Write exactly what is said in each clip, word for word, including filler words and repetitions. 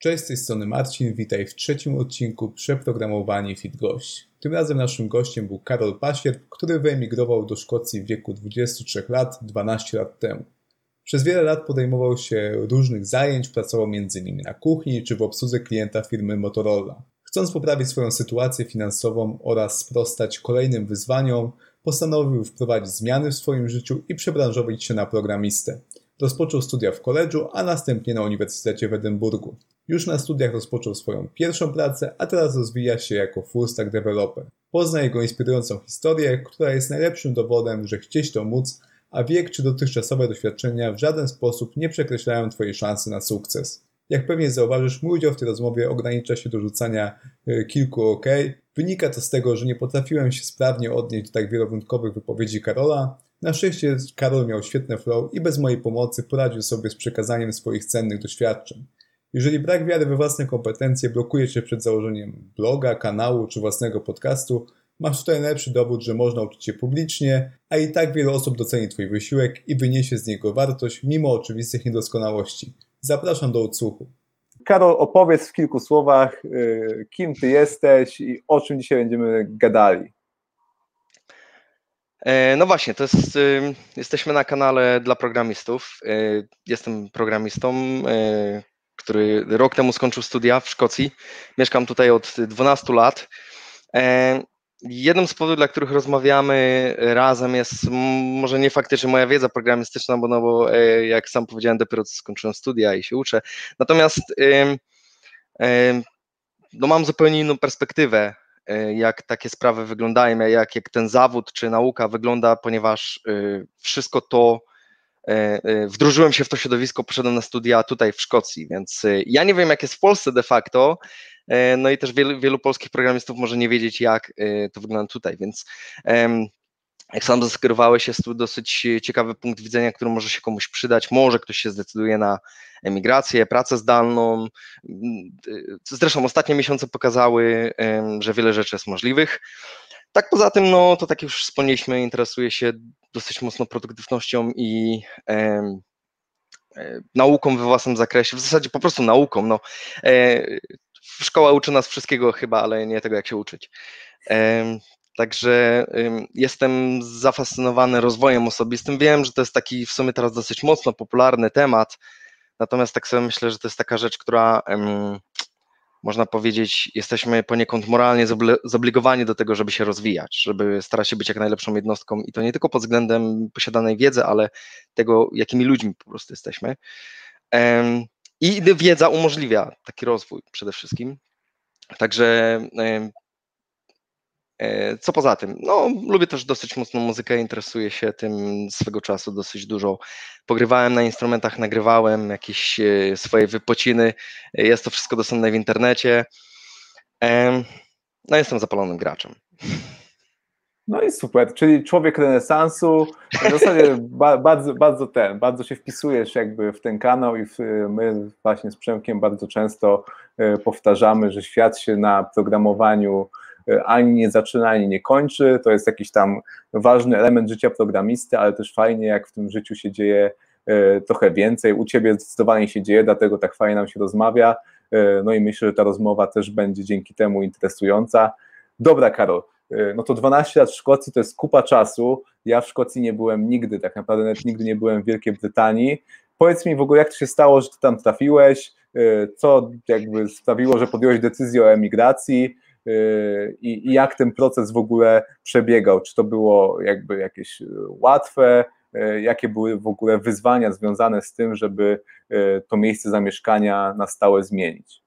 Cześć, z tej strony Marcin, witaj w trzecim odcinku Przeprogramowani Fit Gość. Tym razem naszym gościem był Karol Pasierb, który wyemigrował do Szkocji w wieku dwudziestu trzech lat, dwanaście lat temu. Przez wiele lat podejmował się różnych zajęć, pracował między innymi na kuchni czy w obsłudze klienta firmy Motorola. Chcąc poprawić swoją sytuację finansową oraz sprostać kolejnym wyzwaniom, postanowił wprowadzić zmiany w swoim życiu i przebranżowić się na programistę. Rozpoczął studia w koledżu, a następnie na Uniwersytecie w Edynburgu. Już na studiach rozpoczął swoją pierwszą pracę, a teraz rozwija się jako full stack developer. Poznaj jego inspirującą historię, która jest najlepszym dowodem, że chcieć to móc, a wiek czy dotychczasowe doświadczenia w żaden sposób nie przekreślają Twojej szansy na sukces. Jak pewnie zauważysz, mój udział w tej rozmowie ogranicza się do rzucania y, kilku OK. Wynika to z tego, że nie potrafiłem się sprawnie odnieść do tak wielowątkowych wypowiedzi Karola. Na szczęście Karol miał świetne flow i bez mojej pomocy poradził sobie z przekazaniem swoich cennych doświadczeń. Jeżeli brak wiary we własne kompetencje blokuje Cię przed założeniem bloga, kanału czy własnego podcastu, masz tutaj najlepszy dowód, że można uczyć się publicznie, a i tak wiele osób doceni Twój wysiłek i wyniesie z niego wartość mimo oczywistych niedoskonałości. Zapraszam do odsłuchu. Karol, opowiedz w kilku słowach, kim Ty jesteś i o czym dzisiaj będziemy gadali. No właśnie, to jest, jesteśmy na kanale dla programistów. Jestem programistą, który rok temu skończył studia w Szkocji. Mieszkam tutaj od dwunastu lat. Jednym z powodów, dla których rozmawiamy razem, jest może nie faktycznie moja wiedza programistyczna, bo, no bo jak sam powiedziałem, dopiero skończyłem studia i się uczę. Natomiast no mam zupełnie inną perspektywę, jak takie sprawy wyglądają, jak, jak ten zawód czy nauka wygląda, ponieważ wszystko to, wdrożyłem się w to środowisko, poszedłem na studia tutaj w Szkocji, więc ja nie wiem, jak jest w Polsce de facto, no i też wielu, wielu polskich programistów może nie wiedzieć, jak to wygląda tutaj, więc jak sam zasugerowałeś, jest tu dosyć ciekawy punkt widzenia, który może się komuś przydać, może ktoś się zdecyduje na emigrację, pracę zdalną. Zresztą ostatnie miesiące pokazały, że wiele rzeczy jest możliwych. Tak poza tym, no to tak jak już wspomnieliśmy, interesuję się dosyć mocno produktywnością i e, e, nauką we własnym zakresie, w zasadzie po prostu nauką. No. E, szkoła uczy nas wszystkiego chyba, ale nie tego, jak się uczyć. E, Także y, jestem zafascynowany rozwojem osobistym. Wiem, że to jest taki w sumie teraz dosyć mocno popularny temat, natomiast tak sobie myślę, że to jest taka rzecz, która y, można powiedzieć, jesteśmy poniekąd moralnie zobligowani do tego, żeby się rozwijać, żeby starać się być jak najlepszą jednostką i to nie tylko pod względem posiadanej wiedzy, ale tego, jakimi ludźmi po prostu jesteśmy. Y, I wiedza umożliwia taki rozwój przede wszystkim. Także y, Co poza tym? No, lubię też dosyć mocno muzykę, interesuję się tym swego czasu dosyć dużo. Pogrywałem na instrumentach, nagrywałem jakieś swoje wypociny, jest to wszystko dostępne w internecie. No, jestem zapalonym graczem. No i super, czyli człowiek renesansu, w zasadzie ba, bardzo, bardzo ten, bardzo się wpisujesz jakby w ten kanał i w, my właśnie z Przemkiem bardzo często powtarzamy, że świat się na programowaniu ani nie zaczyna, ani nie kończy, to jest jakiś tam ważny element życia programisty, ale też fajnie, jak w tym życiu się dzieje trochę więcej, u Ciebie zdecydowanie się dzieje, dlatego tak fajnie nam się rozmawia, no i myślę, że ta rozmowa też będzie dzięki temu interesująca. Dobra, Karol, no to dwanaście lat w Szkocji to jest kupa czasu, ja w Szkocji nie byłem nigdy, tak naprawdę nawet nigdy nie byłem w Wielkiej Brytanii. Powiedz mi w ogóle, jak to się stało, że Ty tam trafiłeś, co jakby sprawiło, że podjąłeś decyzję o emigracji, I, i jak ten proces w ogóle przebiegał, czy to było jakby jakieś łatwe, jakie były w ogóle wyzwania związane z tym, żeby to miejsce zamieszkania na stałe zmienić?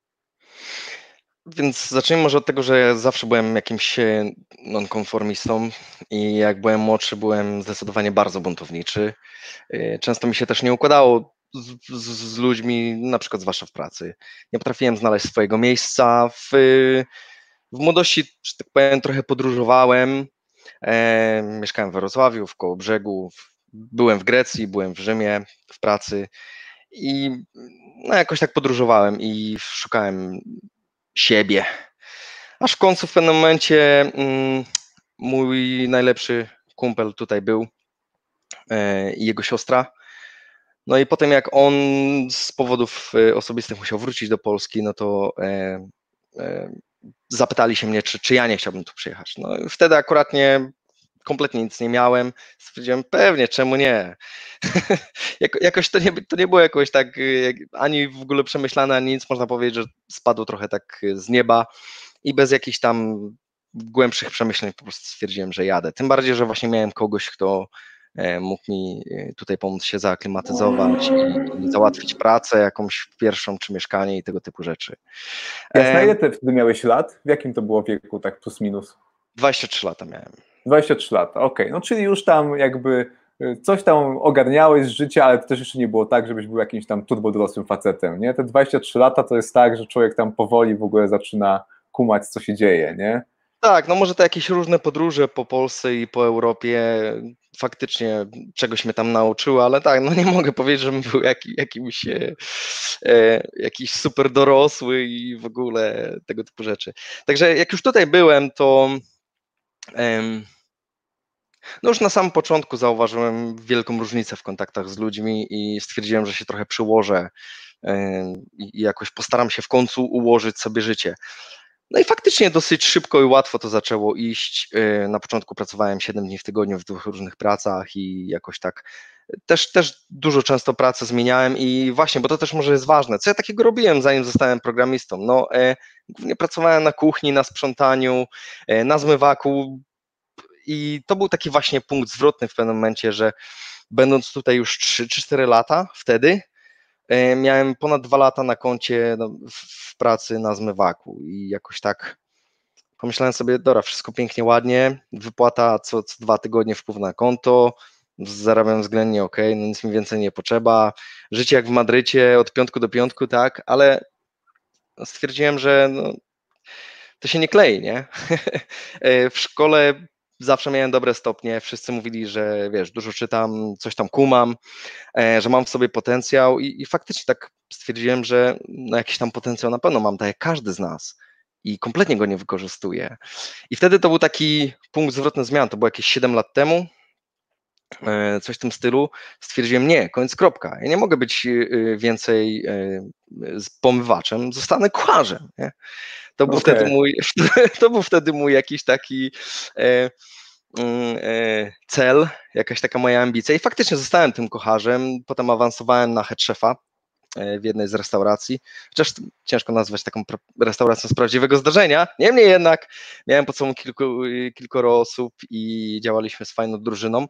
Więc zacznijmy może od tego, że ja zawsze byłem jakimś nonkonformistą i jak byłem młodszy, byłem zdecydowanie bardzo buntowniczy. Często mi się też nie układało z, z, z ludźmi, na przykład zwłaszcza w pracy. Nie potrafiłem znaleźć swojego miejsca. W, w młodości, że tak powiem, trochę podróżowałem. E, mieszkałem w Wrocławiu, w Kołobrzegu, w, byłem w Grecji, byłem w Rzymie w pracy i no, jakoś tak podróżowałem i szukałem siebie. Aż w końcu w pewnym momencie mm, mój najlepszy kumpel tutaj był e, i jego siostra. No i potem jak on z powodów osobistych musiał wrócić do Polski, no to e, e, zapytali się mnie, czy, czy ja nie chciałbym tu przyjechać. No i wtedy akurat nie, kompletnie nic nie miałem. Stwierdziłem, pewnie, czemu nie? Jako, jakoś to nie, to nie było jakoś tak jak, ani w ogóle przemyślane, ani nic. Można powiedzieć, że spadło trochę tak z nieba i bez jakichś tam głębszych przemyśleń po prostu stwierdziłem, że jadę. Tym bardziej, że właśnie miałem kogoś, kto mógł mi tutaj pomóc się zaaklimatyzować i, i załatwić pracę jakąś pierwszą, czy mieszkanie i tego typu rzeczy. Jasne, ile ty wtedy miałeś lat? W jakim to było wieku, tak plus minus? dwadzieścia trzy lata miałem. dwadzieścia trzy lata, okej. Okay. No czyli już tam jakby coś tam ogarniałeś z życia, ale to też jeszcze nie było tak, żebyś był jakimś tam turbo dorosłym facetem, nie? Te dwadzieścia trzy lata to jest tak, że człowiek tam powoli w ogóle zaczyna kumać, co się dzieje, nie? Tak, no może te jakieś różne podróże po Polsce i po Europie faktycznie czegoś mnie tam nauczyły, ale tak, no nie mogę powiedzieć, żebym był jak, jakimś e, e, jakiś super dorosły i w ogóle tego typu rzeczy. Także jak już tutaj byłem, to e, no już na samym początku zauważyłem wielką różnicę w kontaktach z ludźmi i stwierdziłem, że się trochę przyłożę e, i jakoś postaram się w końcu ułożyć sobie życie. No i faktycznie dosyć szybko i łatwo to zaczęło iść. Na początku pracowałem siedem dni w tygodniu w dwóch różnych pracach i jakoś tak też, też dużo często pracę zmieniałem i właśnie, bo to też może jest ważne, co ja takiego robiłem zanim zostałem programistą. No e, głównie pracowałem na kuchni, na sprzątaniu, e, na zmywaku i to był taki właśnie punkt zwrotny w pewnym momencie, że będąc tutaj już trzy czy cztery lata wtedy, miałem ponad dwa lata na koncie no, w pracy na zmywaku i jakoś tak pomyślałem sobie, dobra, wszystko pięknie, ładnie, wypłata co, co dwa tygodnie wpływ na konto, zarabiam względnie ok, no nic mi więcej nie potrzeba, życie jak w Madrycie od piątku do piątku, tak, ale stwierdziłem, że no, to się nie klei, nie? W szkole zawsze miałem dobre stopnie, wszyscy mówili, że wiesz, dużo czytam, coś tam kumam, że mam w sobie potencjał i, i faktycznie tak stwierdziłem, że no jakiś tam potencjał na pewno mam, tak jak każdy z nas i kompletnie go nie wykorzystuję. I wtedy to był taki punkt zwrotny zmian, to było jakieś siedem lat temu, coś w tym stylu, stwierdziłem nie, koniec, kropka, ja nie mogę być więcej pomywaczem, zostanę kucharzem, nie? To był, okay. wtedy mój, to był wtedy mój jakiś taki e, e, cel, jakaś taka moja ambicja i faktycznie zostałem tym kucharzem, potem awansowałem na head szefa w jednej z restauracji, chociaż ciężko nazwać taką restauracją z prawdziwego zdarzenia, niemniej jednak miałem pod sobą kilku, kilkoro osób i działaliśmy z fajną drużyną.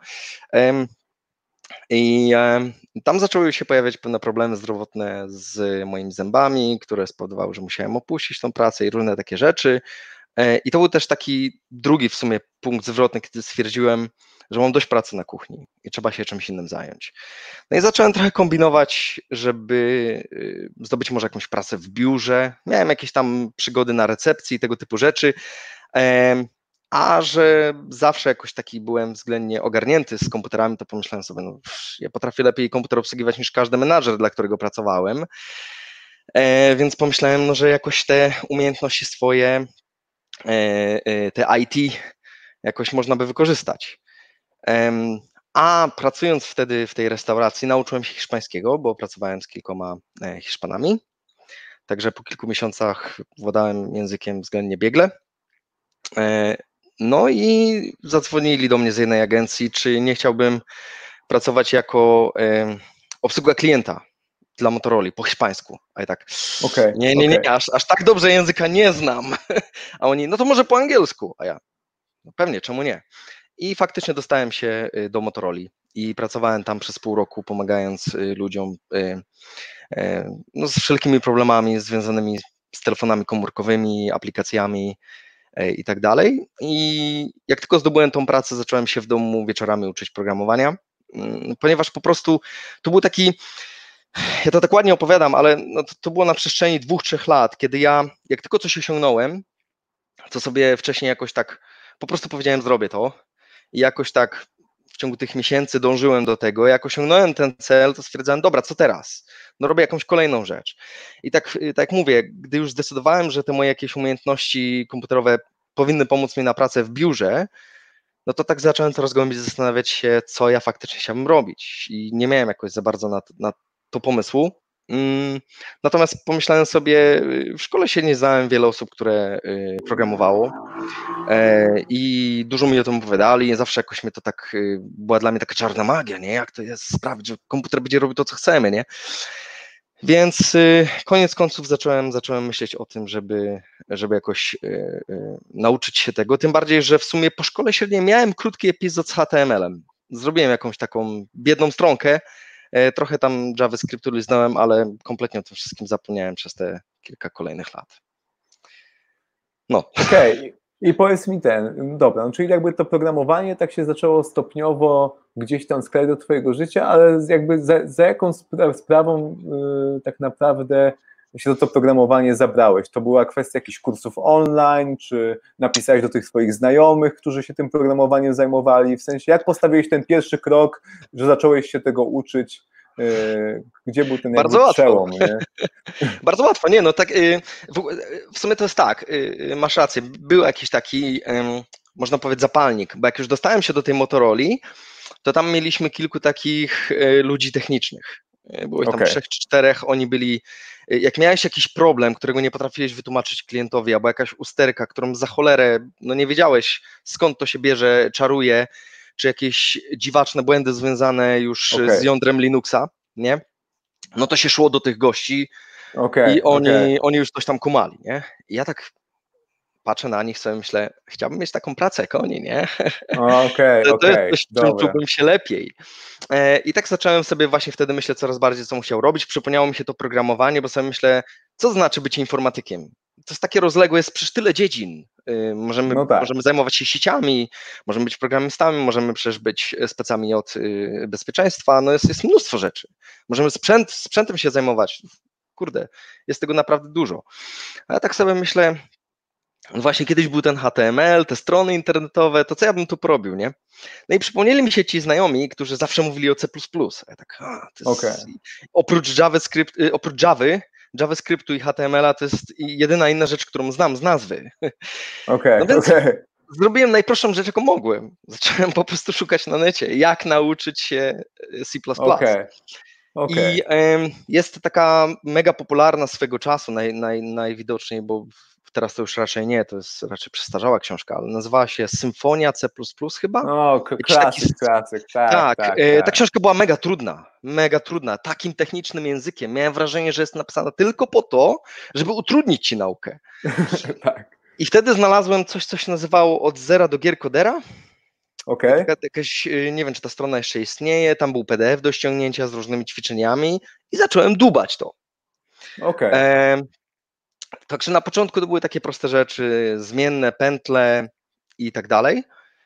I tam zaczęły się pojawiać pewne problemy zdrowotne z moimi zębami, które spowodowały, że musiałem opuścić tą pracę i różne takie rzeczy. I to był też taki drugi w sumie punkt zwrotny, kiedy stwierdziłem, że mam dość pracy na kuchni i trzeba się czymś innym zająć. No i zacząłem trochę kombinować, żeby zdobyć może jakąś pracę w biurze. Miałem jakieś tam przygody na recepcji i tego typu rzeczy. A że zawsze jakoś taki byłem względnie ogarnięty z komputerami, to pomyślałem sobie, no ja potrafię lepiej komputer obsługiwać niż każdy menadżer, dla którego pracowałem, e, więc pomyślałem, no, że jakoś te umiejętności swoje, e, e, te I T jakoś można by wykorzystać. E, a pracując wtedy w tej restauracji nauczyłem się hiszpańskiego, bo pracowałem z kilkoma e, Hiszpanami, także po kilku miesiącach władałem językiem względnie biegle. E, No i zadzwonili do mnie z jednej agencji, czy nie chciałbym pracować jako e, obsługa klienta dla Motorola po hiszpańsku. A ja tak, okay, nie, nie, nie, okay. aż, aż tak dobrze języka nie znam. A oni, no to może po angielsku. A ja, no pewnie, czemu nie? I faktycznie dostałem się do Motorola i pracowałem tam przez pół roku, pomagając ludziom e, e, no, z wszelkimi problemami związanymi z telefonami komórkowymi, aplikacjami, i tak dalej. I jak tylko zdobyłem tą pracę, zacząłem się w domu wieczorami uczyć programowania, ponieważ po prostu to był taki, ja to tak ładnie opowiadam, ale no to, to było na przestrzeni dwóch, trzech lat, kiedy ja, jak tylko coś osiągnąłem, to sobie wcześniej jakoś tak po prostu powiedziałem, zrobię to i jakoś tak w ciągu tych miesięcy dążyłem do tego, jak osiągnąłem ten cel, to stwierdzałem, dobra, co teraz? No robię jakąś kolejną rzecz. I tak, tak jak mówię, gdy już zdecydowałem, że te moje jakieś umiejętności komputerowe powinny pomóc mi na pracę w biurze, no to tak zacząłem coraz głębiej zastanawiać się, co ja faktycznie chciałbym robić i nie miałem jakoś za bardzo na to, na to pomysłu. Natomiast pomyślałem sobie, w szkole się nie znałem wiele osób, które programowało i dużo mi o tym opowiadali, zawsze jakoś mnie to tak, była dla mnie taka czarna magia, nie, jak to jest sprawić, że komputer będzie robił to, co chcemy, nie. Więc koniec końców zacząłem, zacząłem myśleć o tym, żeby, żeby jakoś y, y, nauczyć się tego, tym bardziej, że w sumie po szkole średniej miałem krótki epizod z H T M L-em. Zrobiłem jakąś taką biedną stronkę, y, trochę tam JavaScriptu liznąłem, ale kompletnie o tym wszystkim zapomniałem przez te kilka kolejnych lat. No. Okej. Okay. I powiedz mi ten, dobra, no czyli jakby to programowanie tak się zaczęło stopniowo gdzieś tam sklejać do twojego życia, ale jakby za, za jaką spra- sprawą yy, tak naprawdę się do to programowanie zabrałeś? To była kwestia jakichś kursów online, czy napisałeś do tych swoich znajomych, którzy się tym programowaniem zajmowali? W sensie, jak postawiłeś ten pierwszy krok, że zacząłeś się tego uczyć? Gdzie był ten Bardzo łatwo. przełom? Nie? Bardzo łatwo, nie, no tak, w, w sumie to jest tak, masz rację, był jakiś taki, można powiedzieć, zapalnik, bo jak już dostałem się do tej Motoroli, to tam mieliśmy kilku takich ludzi technicznych, było ich tam okay. trzech czy czterech, oni byli, jak miałeś jakiś problem, którego nie potrafiłeś wytłumaczyć klientowi, albo jakaś usterka, którą za cholerę, no nie wiedziałeś, skąd to się bierze, czaruje, czy jakieś dziwaczne błędy związane już okay. z jądrem Linuxa, nie? No to się szło do tych gości okay, i oni, okay. oni już coś tam kumali, nie? I ja tak patrzę na nich, sobie myślę, chciałbym mieć taką pracę jak oni, nie? Okay, to, to okay, jest coś, czym czułbym się lepiej. I tak zacząłem sobie właśnie wtedy myśleć coraz bardziej, co musiał robić. Przypomniało mi się to programowanie, bo sobie myślę, co znaczy być informatykiem? To jest takie rozległe, jest przecież tyle dziedzin. Możemy, no tak. możemy zajmować się sieciami, możemy być programistami, możemy przecież być specami od bezpieczeństwa, no jest, jest mnóstwo rzeczy. Możemy sprzęt, sprzętem się zajmować. Kurde, jest tego naprawdę dużo. A ja tak sobie myślę, właśnie kiedyś był ten H T M L, te strony internetowe, to co ja bym tu porobił, nie? No i przypomnieli mi się ci znajomi, którzy zawsze mówili o C plus plus. A ja tak, a, to jest... okay. Oprócz JavaScript, oprócz Javy, JavaScriptu i H T M L-a to jest jedyna inna rzecz, którą znam z nazwy. Okay, no więc okay. zrobiłem najprostszą rzecz, jaką mogłem. Zacząłem po prostu szukać na necie, jak nauczyć się C plus plus. Okay. Okay. I y, jest taka mega popularna swego czasu, naj, naj, najwidoczniej, bo teraz to już raczej nie, to jest raczej przestarzała książka, ale nazywała się Symfonia C plus plus chyba. O, klasyk, taki... klasyk, tak, tak, tak, y, tak. Ta książka była mega trudna, mega trudna, takim technicznym językiem. Miałem wrażenie, że jest napisana tylko po to, żeby utrudnić ci naukę. Tak. I wtedy znalazłem coś, co się nazywało Od zera do gier kodera. Okay. Jakaś, nie wiem, czy ta strona jeszcze istnieje, tam był P D F do ściągnięcia z różnymi ćwiczeniami i zacząłem dubać to. Okay. E, także na początku to były takie proste rzeczy, zmienne, pętle i tak dalej.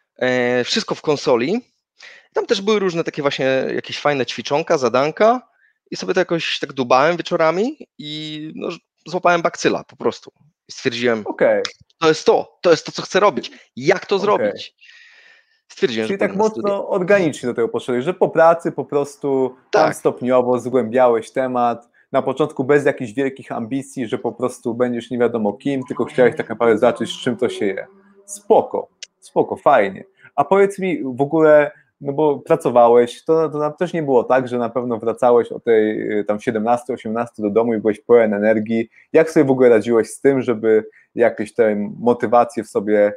E, wszystko w konsoli. Tam też były różne takie właśnie jakieś fajne ćwiczonka, zadanka i sobie to jakoś tak dubałem wieczorami i no, złapałem bakcyla po prostu. I stwierdziłem, okay. to jest to, to jest to, co chcę robić. Jak to okay. zrobić? Stwierdziłem, Czyli że tak mocno organicznie do tego poszedłeś, że po pracy po prostu tak. tam stopniowo zgłębiałeś temat, na początku bez jakichś wielkich ambicji, że po prostu będziesz nie wiadomo kim, tylko chciałeś tak naprawdę zobaczyć, z czym to się je. Spoko, spoko, fajnie. A powiedz mi w ogóle, no bo pracowałeś, to, to też nie było tak, że na pewno wracałeś o tej tam siedemnastej, osiemnastej do domu i byłeś pełen energii. Jak sobie w ogóle radziłeś z tym, żeby jakieś te motywacje w sobie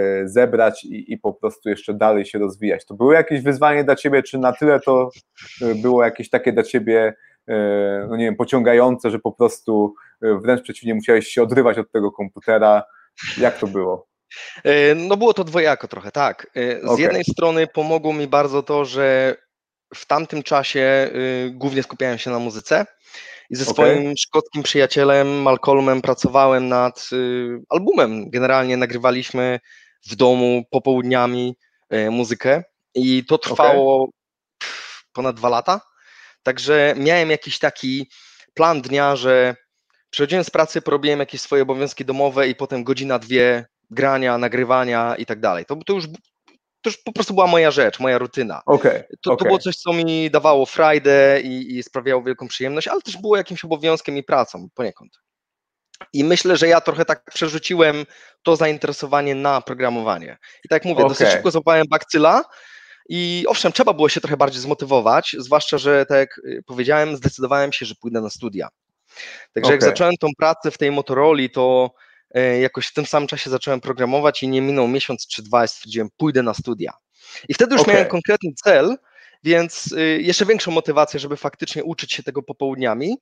zebrać i, i po prostu jeszcze dalej się rozwijać? To było jakieś wyzwanie dla ciebie, czy na tyle to było jakieś takie dla ciebie, no nie wiem, pociągające, że po prostu wręcz przeciwnie musiałeś się odrywać od tego komputera? Jak to było? No było to dwojako trochę, tak. Z okay. jednej strony pomogło mi bardzo to, że w tamtym czasie głównie skupiałem się na muzyce i ze swoim okay. szkockim przyjacielem Malcolmem pracowałem nad albumem. Generalnie nagrywaliśmy w domu popołudniami muzykę i to trwało okay. ponad dwa lata. Także miałem jakiś taki plan dnia, że przychodziłem z pracy, porobiłem jakieś swoje obowiązki domowe i potem godzina, dwie grania, nagrywania i tak dalej. To, to już To już po prostu była moja rzecz, moja rutyna. Okay, to, okay. to było coś, co mi dawało frajdę i, i sprawiało wielką przyjemność, ale też było jakimś obowiązkiem i pracą poniekąd. I myślę, że ja trochę tak przerzuciłem to zainteresowanie na programowanie. I tak jak mówię, Okay. dosyć szybko złapałem bakcyla i owszem, trzeba było się trochę bardziej zmotywować, zwłaszcza, że tak jak powiedziałem, zdecydowałem się, że pójdę na studia. Także Okay. jak zacząłem tą pracę w tej Motoroli, to jakoś w tym samym czasie zacząłem programować i nie minął miesiąc czy dwa i stwierdziłem, pójdę na studia. I wtedy już okay. miałem konkretny cel, więc jeszcze większą motywację, żeby faktycznie uczyć się tego popołudniami.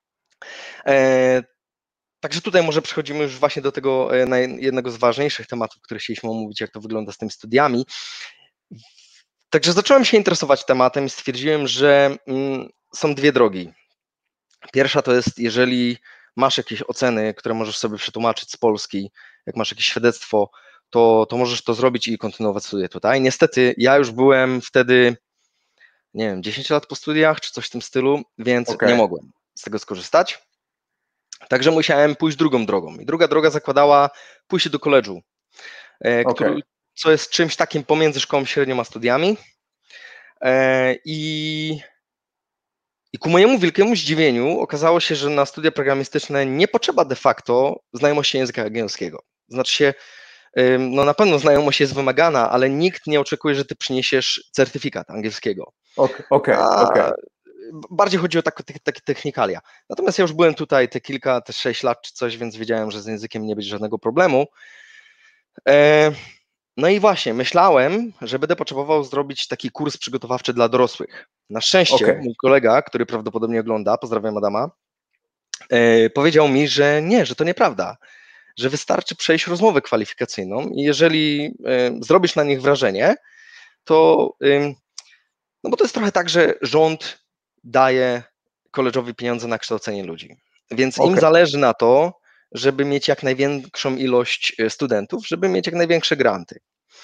Także tutaj może przechodzimy już właśnie do tego jednego z ważniejszych tematów, które chcieliśmy omówić, jak to wygląda z tymi studiami. Także zacząłem się interesować tematem i stwierdziłem, że są dwie drogi. Pierwsza to jest, jeżeli masz jakieś oceny, które możesz sobie przetłumaczyć z Polski, jak masz jakieś świadectwo, to, to możesz to zrobić i kontynuować studia tutaj. Niestety ja już byłem wtedy, nie wiem, dziesięć lat po studiach, czy coś w tym stylu, więc okay. nie mogłem z tego skorzystać. Także musiałem pójść drugą drogą. I druga droga zakładała pójście do koledżu, okay. który, co jest czymś takim pomiędzy szkołą średnią a studiami. I, I ku mojemu wielkiemu zdziwieniu okazało się, że na studia programistyczne nie potrzeba de facto znajomości języka angielskiego. Znaczy się, no na pewno znajomość jest wymagana, ale nikt nie oczekuje, że ty przyniesiesz certyfikat angielskiego. Okej, okej, okej. Bardziej chodzi o takie, takie technikalia. Natomiast ja już byłem tutaj te kilka, te sześć lat czy coś, więc wiedziałem, że z językiem nie będzie żadnego problemu. No i właśnie, myślałem, że będę potrzebował zrobić taki kurs przygotowawczy dla dorosłych. Na szczęście okay. mój kolega, który prawdopodobnie ogląda, pozdrawiam Adama, powiedział mi, że nie, że to nieprawda, że wystarczy przejść rozmowę kwalifikacyjną i jeżeli zrobisz na nich wrażenie, to, no bo to jest trochę tak, że rząd daje koledżowi pieniądze na kształcenie ludzi, więc okay. im zależy na to, żeby mieć jak największą ilość studentów, żeby mieć jak największe granty.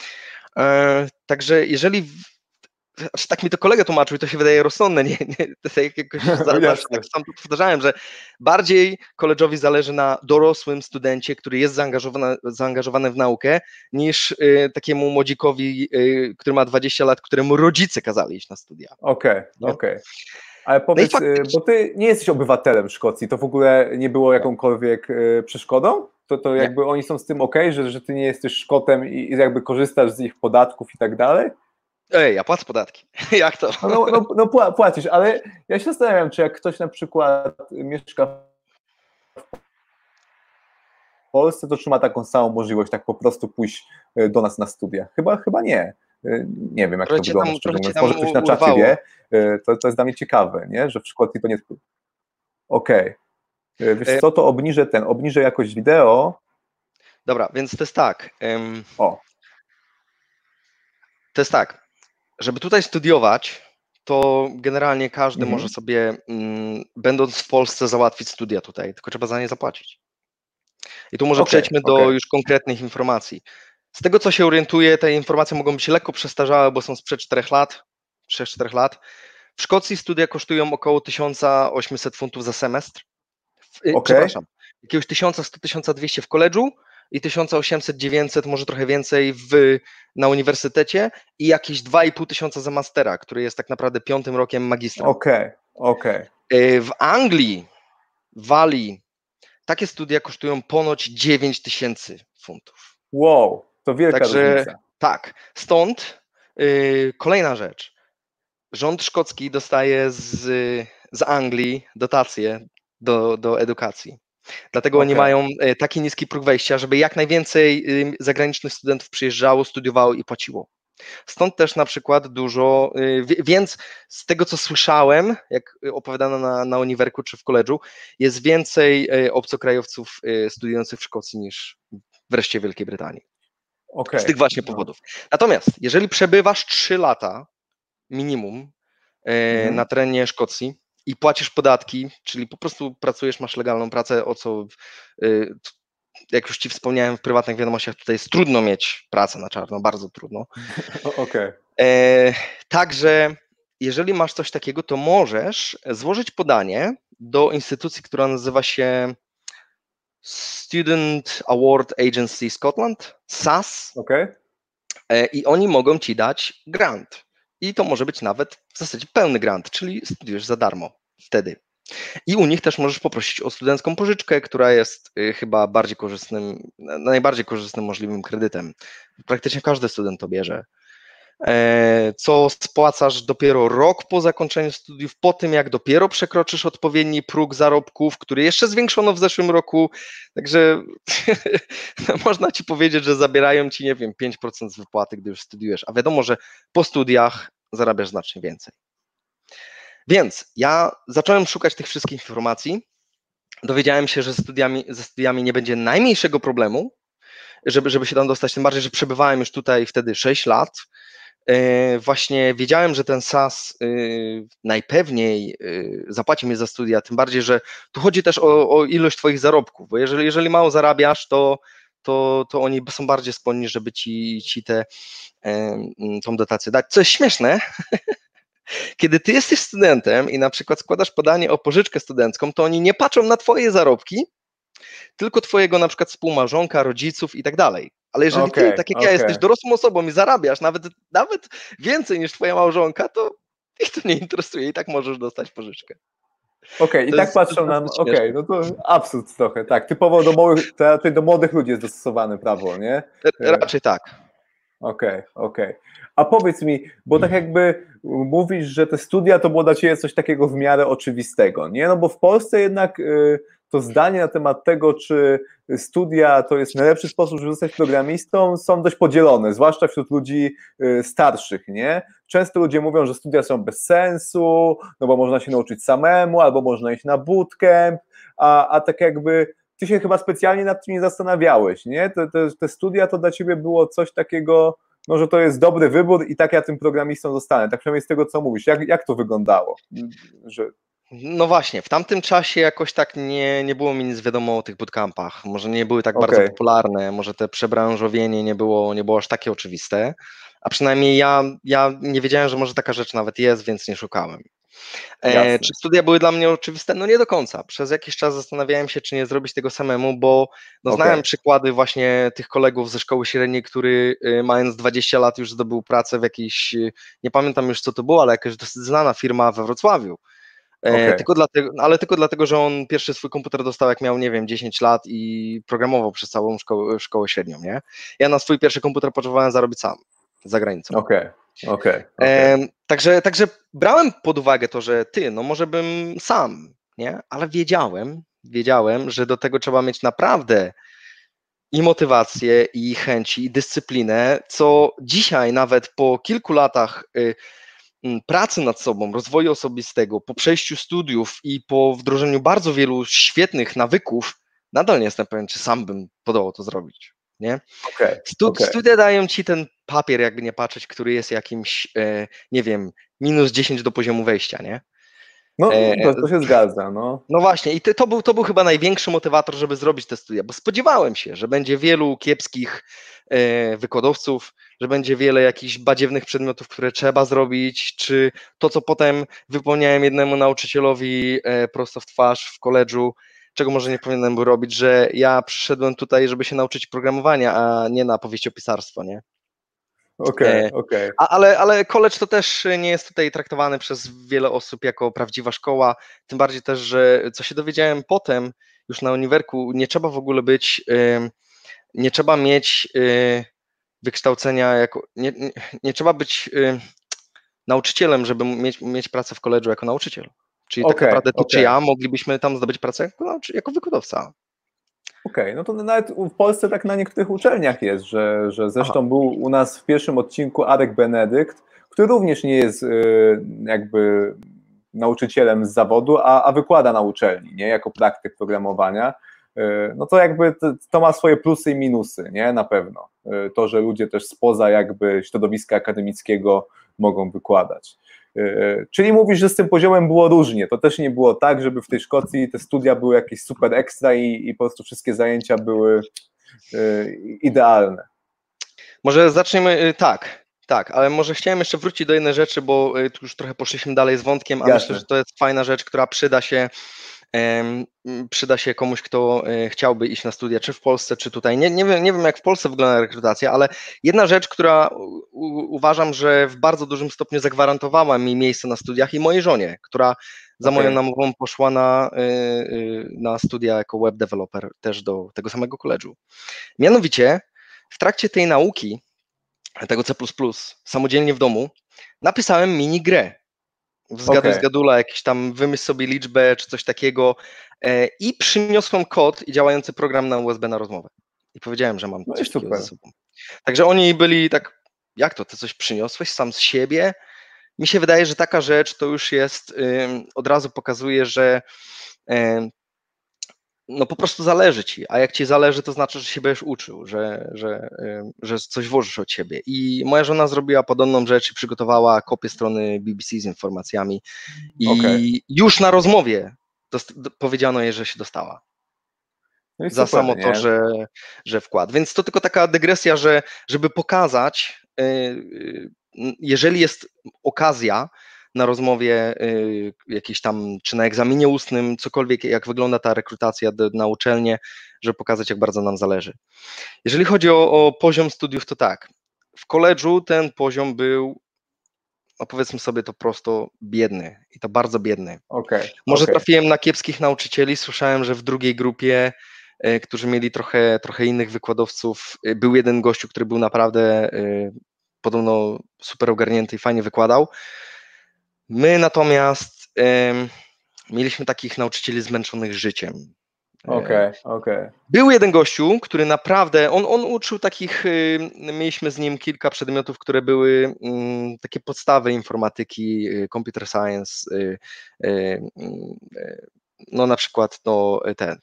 Także jeżeli, tak mi to kolega tłumaczył i to się wydaje rozsądne, nie, nie, to jakoś za, zawsze tak sam to powtarzałem, że bardziej koledżowi zależy na dorosłym studencie, który jest zaangażowany, zaangażowany w naukę, niż y, takiemu młodzikowi, y, który ma dwadzieścia lat, któremu rodzice kazali iść na studia. Okej, okay, okej. Okay. Ale powiedz, no bo ty nie jesteś obywatelem Szkocji, to w ogóle nie było jakąkolwiek przeszkodą? To, to jakby nie. Oni są z tym okej, że, że ty nie jesteś Szkotem i jakby korzystasz z ich podatków i tak dalej? Ej, ja płacę podatki. Jak to? No, no, no płacisz, ale ja się zastanawiam, czy jak ktoś na przykład mieszka w Polsce, to czy ma taką samą możliwość tak po prostu pójść do nas na studia? Chyba, chyba nie. Nie wiem, jak trochę to wygląda, tam, szczerze mówiąc. Może ktoś na czacie wie, to, to jest dla mnie ciekawe, nie? Że w Szkocji to nie... Okej. Okay. Wiesz co, to obniżę ten, obniżę jakość wideo. Dobra, więc to jest tak. Um, o. To jest tak, żeby tutaj studiować, to generalnie każdy mhm. może sobie, mm, będąc w Polsce, załatwić studia tutaj, tylko trzeba za nie zapłacić. I tu może okay, przejdźmy do okay. już konkretnych informacji. Z tego, co się orientuję, te informacje mogą być lekko przestarzałe, bo są sprzed czterech lat, trzy cztery lat. W Szkocji studia kosztują około tysiąc osiemset funtów za semestr. Okay. Przepraszam, jakiegoś tysiąc sto do tysiąca dwieście w koledżu i tysiąc osiemset dziewięćset, może trochę więcej w, na uniwersytecie i jakieś dwa i pół tysiąca za mastera, który jest tak naprawdę piątym rokiem magistra. Okej, okej. Okay. W Anglii, w Walii, takie studia kosztują ponoć dziewięć tysięcy funtów. Wow, to wielka Także, różnica. Tak, stąd yy, kolejna rzecz. Rząd szkocki dostaje z, z Anglii dotacje do, do edukacji. Dlatego okay. oni mają taki niski próg wejścia, żeby jak najwięcej zagranicznych studentów przyjeżdżało, studiowało i płaciło. Stąd też na przykład dużo, więc z tego co słyszałem, jak opowiadano na, na uniwerku czy w koledżu, jest więcej obcokrajowców studiujących w Szkocji niż wreszcie w Wielkiej Brytanii. Okay. Z tych właśnie powodów. Natomiast jeżeli przebywasz trzy lata minimum mm. na terenie Szkocji i płacisz podatki, czyli po prostu pracujesz, masz legalną pracę, o co, jak już Ci wspomniałem w prywatnych wiadomościach, tutaj jest trudno mieć pracę na czarno, bardzo trudno. Okay. Także jeżeli masz coś takiego, to możesz złożyć podanie do instytucji, która nazywa się Student Award Agency Scotland, S A S. Okay. I oni mogą Ci dać grant. I to może być nawet w zasadzie pełny grant, czyli studiujesz za darmo wtedy. I u nich też możesz poprosić o studencką pożyczkę, która jest chyba bardziej korzystnym, najbardziej korzystnym możliwym kredytem. Praktycznie każdy student to bierze. Co spłacasz dopiero rok po zakończeniu studiów, po tym jak dopiero przekroczysz odpowiedni próg zarobków, który jeszcze zwiększono w zeszłym roku, także można ci powiedzieć, że zabierają ci, nie wiem, pięć procent z wypłaty, gdy już studiujesz, a wiadomo, że po studiach zarabiasz znacznie więcej. Więc ja zacząłem szukać tych wszystkich informacji, dowiedziałem się, że studiami, ze studiami nie będzie najmniejszego problemu, żeby, żeby się tam dostać, tym bardziej, że przebywałem już tutaj wtedy sześć lat. Właśnie wiedziałem, że ten S A S najpewniej zapłaci mnie za studia, tym bardziej, że tu chodzi też o, o ilość twoich zarobków, bo jeżeli, jeżeli mało zarabiasz, to, to, to oni są bardziej skłonni, żeby ci, ci tę tą dotację dać. Co jest śmieszne, kiedy ty jesteś studentem i na przykład składasz podanie o pożyczkę studencką, to oni nie patrzą na twoje zarobki, tylko twojego na przykład współmałżonka, rodziców i tak dalej. Ale jeżeli okay, ty, tak jak okay. ja, jesteś dorosłą osobą i zarabiasz nawet, nawet więcej niż twoja małżonka, to ich to nie interesuje i tak możesz dostać pożyczkę. Okej, okay, i tak patrzą nam, okej, okay, no to absurd trochę, tak, typowo do młodych, do młodych ludzi jest dostosowane prawo, nie? Raczej tak. Okej, okay, okej. Okay. A powiedz mi, bo tak jakby mówisz, że te studia to było dla ciebie coś takiego w miarę oczywistego, nie? No bo w Polsce jednak y, to zdanie na temat tego, czy studia to jest najlepszy sposób, żeby zostać programistą, są dość podzielone, zwłaszcza wśród ludzi y, starszych, nie? Często ludzie mówią, że studia są bez sensu, no bo można się nauczyć samemu, albo można iść na bootcamp, a, a tak jakby ty się chyba specjalnie nad tym nie zastanawiałeś, nie? Te, te, te studia to dla ciebie było coś takiego, no, że to jest dobry wybór i tak ja tym programistą zostanę. Tak przynajmniej z tego, co mówisz. Jak, jak to wyglądało? Że... No właśnie, w tamtym czasie jakoś tak nie, nie było mi nic wiadomo o tych bootcampach. Może nie były tak okay. bardzo popularne, może te przebranżowienie nie było, nie było aż takie oczywiste, a przynajmniej ja, ja nie wiedziałem, że może taka rzecz nawet jest, więc nie szukałem. E, czy studia były dla mnie oczywiste? No nie do końca. Przez jakiś czas zastanawiałem się, czy nie zrobić tego samemu, bo no, okay. znałem przykłady właśnie tych kolegów ze szkoły średniej, który y, mając dwadzieścia lat już zdobył pracę w jakiejś, y, nie pamiętam już co to było, ale jakaś dosyć znana firma we Wrocławiu. E, okay. tylko dlatego, ale tylko dlatego, że on pierwszy swój komputer dostał jak miał, nie wiem, dziesięć lat i programował przez całą szkołę, szkołę średnią, nie? Ja na swój pierwszy komputer potrzebowałem zarobić sam, za granicą. Okej. Okay. Okay, okay. E, także, także brałem pod uwagę to, że ty, no może bym sam, nie? Ale wiedziałem, wiedziałem, że do tego trzeba mieć naprawdę i motywację, i chęci, i dyscyplinę, co dzisiaj nawet po kilku latach y, y, pracy nad sobą, rozwoju osobistego, po przejściu studiów i po wdrożeniu bardzo wielu świetnych nawyków, nadal nie jestem pewien, czy sam bym podołał to zrobić. Nie? Okay, Stud- okay. Studia dają ci ten papier, jakby nie patrzeć, który jest jakimś, e, nie wiem, minus dziesięć do poziomu wejścia, nie? No, to, to się zgadza, no. No właśnie, i to, to, był, to był chyba największy motywator, żeby zrobić te studia, bo spodziewałem się, że będzie wielu kiepskich e, wykładowców, że będzie wiele jakichś badziewnych przedmiotów, które trzeba zrobić, czy to, co potem wypomniałem jednemu nauczycielowi e, prosto w twarz w koledżu, czego może nie powinienem był robić, że ja przyszedłem tutaj, żeby się nauczyć programowania, a nie na powieściopisarstwo, nie? Okej, okay, okej. Okay. Ale, ale college to też nie jest tutaj traktowany przez wiele osób jako prawdziwa szkoła, tym bardziej też, że co się dowiedziałem potem, już na uniwerku, nie trzeba w ogóle być, nie trzeba mieć wykształcenia, jako, nie, nie, nie trzeba być nauczycielem, żeby mieć, mieć pracę w college'u jako nauczyciel. Czyli okay, tak naprawdę ty okay. czy ja moglibyśmy tam zdobyć pracę jako, jako wykładowca. Okej, okay, no to nawet w Polsce tak na niektórych uczelniach jest, że, że zresztą Aha. był u nas w pierwszym odcinku Arek Benedykt, który również nie jest y, jakby nauczycielem z zawodu, a, a wykłada na uczelni, nie, jako praktyk programowania. Y, no to jakby to, to ma swoje plusy i minusy, nie, na pewno. Y, to, że ludzie też spoza jakby środowiska akademickiego mogą wykładać. Czyli mówisz, że z tym poziomem było różnie, to też nie było tak, żeby w tej Szkocji te studia były jakieś super ekstra i, i po prostu wszystkie zajęcia były y, idealne. Może zaczniemy, tak, tak, ale może chciałem jeszcze wrócić do jednej rzeczy, bo tu już trochę poszliśmy dalej z wątkiem, a Jasne. myślę, że to jest fajna rzecz, która przyda się przyda się komuś, kto chciałby iść na studia, czy w Polsce, czy tutaj. Nie, nie, wiem, nie wiem, jak w Polsce wygląda rekrutacja, ale jedna rzecz, która u, uważam, że w bardzo dużym stopniu zagwarantowała mi miejsce na studiach i mojej żonie, która za Okay. moją namową poszła na, na studia jako web developer też do tego samego koledżu. Mianowicie w trakcie tej nauki, tego C plus plus, samodzielnie w domu, napisałem mini grę. Zgaduj, Okay. zgadula, jakiś tam wymyśl sobie liczbę czy coś takiego e, i przyniosłem kod i działający program na U S B na rozmowę. I powiedziałem, że mam No coś i takiego super. ze sobą. Także oni byli tak, jak to, ty coś przyniosłeś sam z siebie? Mi się wydaje, że taka rzecz to już jest, ym, od razu pokazuje, że ym, no po prostu zależy ci, a jak ci zależy, to znaczy, że się będziesz uczył, że, że, ym, że coś włożysz od siebie. I moja żona zrobiła podobną rzecz i przygotowała kopię strony B B C z informacjami i Okay. już na rozmowie dost- do- powiedziano jej, że się dostała. No i Za super, samo to, nie? że, że wkład. Więc to tylko taka dygresja, że żeby pokazać, y, y, jeżeli jest okazja na rozmowie y, jakiejś tam, czy na egzaminie ustnym, cokolwiek, jak wygląda ta rekrutacja do, na uczelnię, żeby pokazać, jak bardzo nam zależy. Jeżeli chodzi o, o poziom studiów, to tak. W koledżu ten poziom był, no powiedzmy sobie to prosto, biedny i to bardzo biedny. Okay. Może Okay. trafiłem na kiepskich nauczycieli, słyszałem, że w drugiej grupie, e, którzy mieli trochę, trochę innych wykładowców, e, był jeden gościu, który był naprawdę e, podobno super ogarnięty i fajnie wykładał. My natomiast em, mieliśmy takich nauczycieli zmęczonych życiem. E, Okay. Okay. Był jeden gościu, który naprawdę, on, on uczył takich, y, mieliśmy z nim kilka przedmiotów, które były mm, takie podstawy informatyki, y, computer science, y, y, y, no na przykład no, ten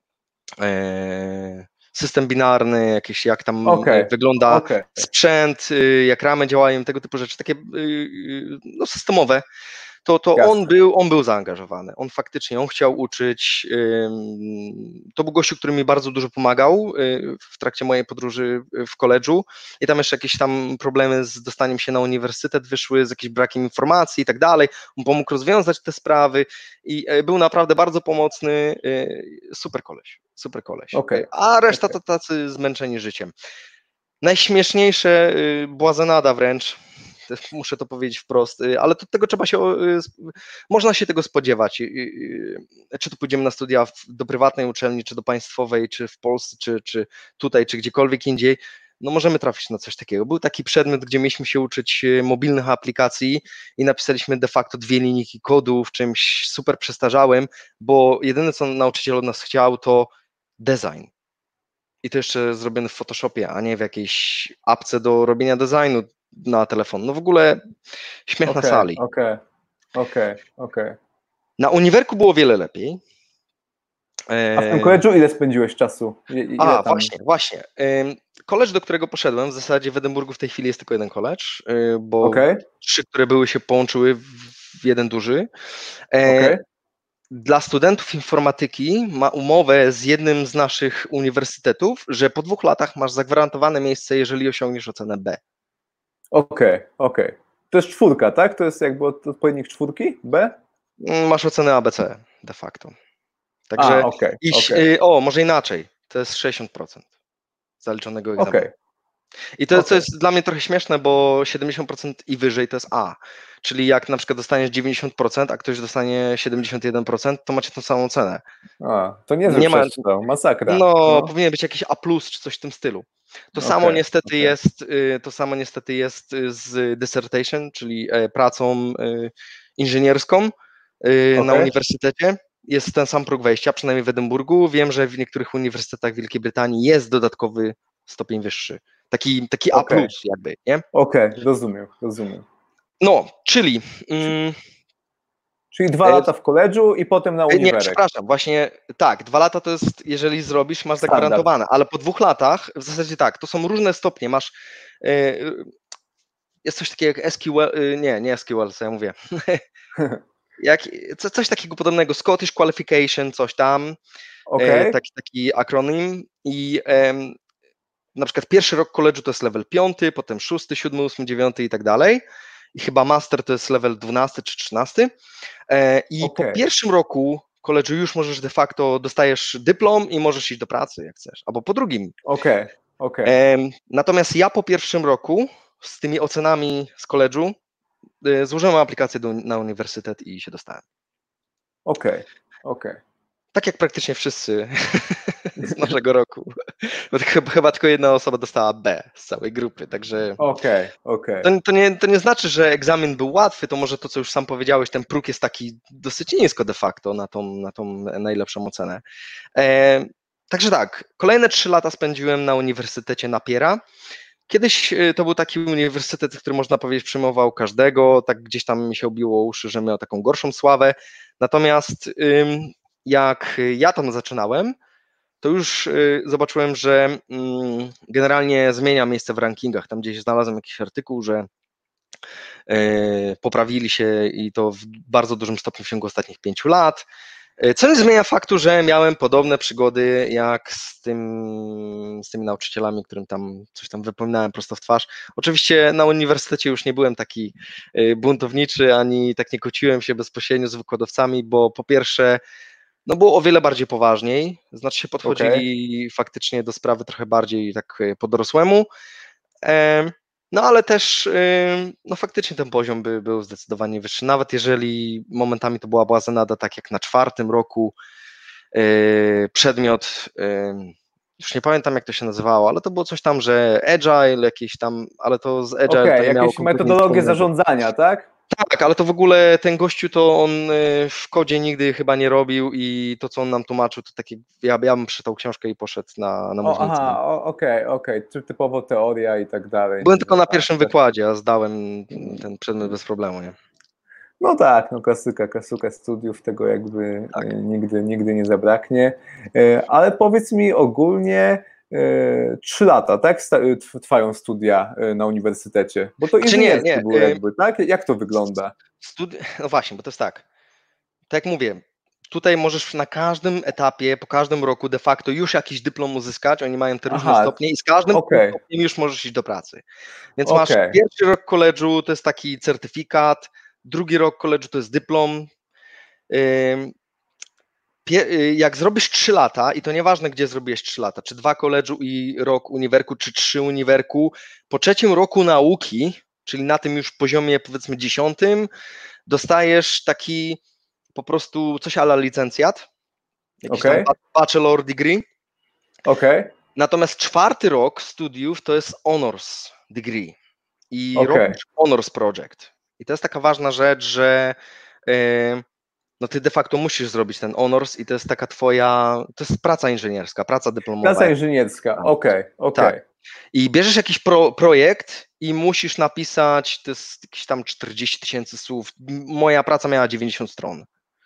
e, system binarny, jakieś jak tam Okay. wygląda Okay. sprzęt, y, jak ramy działają, tego typu rzeczy, takie y, y, no, systemowe. To, to on, Jasne. był, on był zaangażowany, on faktycznie, on chciał uczyć, ym, to był gościu, który mi bardzo dużo pomagał y, w trakcie mojej podróży w koledżu i tam jeszcze jakieś tam problemy z dostaniem się na uniwersytet wyszły, z jakimś brakiem informacji i tak dalej, on pomógł rozwiązać te sprawy i y, był naprawdę bardzo pomocny, y, super koleś, super koleś, Okay. Y, a reszta Okay. to tacy zmęczeni życiem. Najśmieszniejsze, y, błazenada wręcz, muszę to powiedzieć wprost, y, ale to tego trzeba się, y, sp- można się tego spodziewać, y, y, czy to pójdziemy na studia w- do prywatnej uczelni, czy do państwowej, czy w Polsce, czy, czy tutaj, czy gdziekolwiek indziej, no możemy trafić na coś takiego. Był taki przedmiot, gdzie mieliśmy się uczyć y, mobilnych aplikacji i napisaliśmy de facto dwie linijki kodu w czymś super przestarzałym, bo jedyne, co nauczyciel od nas chciał, to design. I to jeszcze zrobione w Photoshopie, a nie w jakiejś apce do robienia designu na telefon. No w ogóle śmiech na Okay. sali. Okay. Okay. Okay. Na uniwerku było wiele lepiej. A w tym E, koledżu ile spędziłeś czasu? I- Ile A, tam? właśnie, właśnie. Em, Koledż, do którego poszedłem, w zasadzie w Edynburgu w tej chwili jest tylko jeden koledż, y, bo Okay. trzy, które były, się połączyły w jeden duży. E, Okay. Dla studentów informatyki ma umowę z jednym z naszych uniwersytetów, że po dwóch latach masz zagwarantowane miejsce, jeżeli osiągniesz ocenę B. Okej, okej. To jest czwórka, tak? To jest jakby od- odpowiednik czwórki? B? Masz ocenę A B C de facto. Także A, okej, iść, okej. y, o, może inaczej, to jest sześćdziesiąt procent zaliczonego egzaminu. Okej. I to, to okej. jest dla mnie trochę śmieszne, bo siedemdziesiąt procent i wyżej to jest A. Czyli jak na przykład dostaniesz dziewięćdziesiąt procent, a ktoś dostanie siedemdziesiąt jeden procent, to macie tą samą cenę. A, to niezły Nie ma- przestrzał, masakra. No, powinien być jakiś A plus czy coś w tym stylu. To samo Okej, niestety okej. jest, y, to samo niestety jest y, z dissertation, czyli e, pracą y, inżynierską y, na Okej. uniwersytecie. Jest ten sam próg wejścia, przynajmniej w Edynburgu. Wiem, że w niektórych uniwersytetach Wielkiej Brytanii jest dodatkowy stopień wyższy. Taki, taki A Okej. plus jakby, nie? Okej, rozumiem, rozumiem. No, czyli... Mm, Czyli dwa E, lata w koledżu i potem na E, Nie, uniwerek. przepraszam, właśnie tak, dwa lata to jest, jeżeli zrobisz, masz Standard. zagwarantowane, ale po dwóch latach, w zasadzie tak, to są różne stopnie, masz, e, jest coś takiego jak S Q L, e, nie, nie S Q L, co ja mówię, jak, co, coś takiego podobnego, Scottish Qualification, coś tam, Okej, e, taki, taki akronim i em, na przykład pierwszy rok koledżu to jest level piąty, potem szósty, siódmy, ósmy, dziewiąty i tak dalej. I chyba master to jest level dwunasty czy trzynasty. E, I po Okej. pierwszym roku koledżu już możesz de facto, dostajesz dyplom i możesz iść do pracy jak chcesz, albo po drugim. okej, okej. Em, Natomiast ja po pierwszym roku z tymi ocenami z koledżu e, złożyłem aplikację do, na uniwersytet i się dostałem. Okej, okej. Tak jak praktycznie wszyscy z naszego roku. Bo chyba, chyba tylko jedna osoba dostała B z całej grupy, także Okej, okej. to, to, nie, to nie znaczy, że egzamin był łatwy, to może to, co już sam powiedziałeś, ten próg jest taki dosyć nisko de facto na tą, na tą najlepszą ocenę. E, także tak, kolejne trzy lata spędziłem na Uniwersytecie Napiera. Kiedyś to był taki uniwersytet, który można powiedzieć przyjmował każdego, tak gdzieś tam mi się obiło uszy, że miał taką gorszą sławę, natomiast jak ja tam zaczynałem, to już zobaczyłem, że generalnie zmienia miejsce w rankingach, tam gdzieś znalazłem jakiś artykuł, że poprawili się i to w bardzo dużym stopniu w ciągu ostatnich pięciu lat. Co nie zmienia faktu, że miałem podobne przygody jak z, tym, z tymi nauczycielami, którym tam coś tam wypominałem prosto w twarz. Oczywiście na uniwersytecie już nie byłem taki buntowniczy, ani tak nie kłóciłem się bezpośrednio z wykładowcami, bo po pierwsze, no było o wiele bardziej poważniej, znaczy się podchodzili okay. faktycznie do sprawy trochę bardziej tak po dorosłemu. No ale też no faktycznie ten poziom by był zdecydowanie wyższy, nawet jeżeli momentami to była błazenada, tak jak na czwartym roku przedmiot, już nie pamiętam jak to się nazywało, ale to było coś tam, że agile jakieś tam, ale to z agile okay, to jakieś metodologie zarządzania, tak? Tak, ale to w ogóle ten gościu to on w kodzie nigdy chyba nie robił i to, co on nam tłumaczył, to takie, ja, ja bym przeczytał książkę i poszedł na, na mównicę. Aha, okej, okej, typowo teoria i tak dalej. Byłem tylko na pierwszym wykładzie, a zdałem ten przedmiot bez problemu, nie? No tak, no klasyka, klasyka studiów, tego jakby tak. nigdy, nigdy nie zabraknie, ale powiedz mi ogólnie, trzy lata, tak, trwają studia na uniwersytecie, bo to inżynierskie nie, nie. było jakby, tak? Jak to wygląda? Studi- no właśnie, bo to jest tak, tak jak mówię, tutaj możesz na każdym etapie, po każdym roku de facto już jakiś dyplom uzyskać, oni mają te różne Aha, stopnie i z każdym okay. stopniem już możesz iść do pracy. Więc okay. masz pierwszy rok koledżu, to jest taki certyfikat, drugi rok koledżu to jest dyplom. Jak zrobisz trzy lata, i to nieważne, gdzie zrobiłeś trzy lata, czy dwa koledżu i rok uniwerku, czy trzy uniwerku, po trzecim roku nauki, czyli na tym już poziomie powiedzmy dziesiątym, dostajesz taki po prostu coś a la licencjat, jakiś okay. tam bachelor degree. Okay. Natomiast czwarty rok studiów to jest honors degree i okay. robisz honors project. I to jest taka ważna rzecz, że yy, no ty de facto musisz zrobić ten honors i to jest taka twoja, to jest praca inżynierska, praca dyplomowa. Praca inżynierska, okej, okay, okej. Okay. Tak. I bierzesz jakiś pro, projekt i musisz napisać, to jest jakieś tam czterdzieści tysięcy słów, moja praca miała dziewięćdziesiąt stron.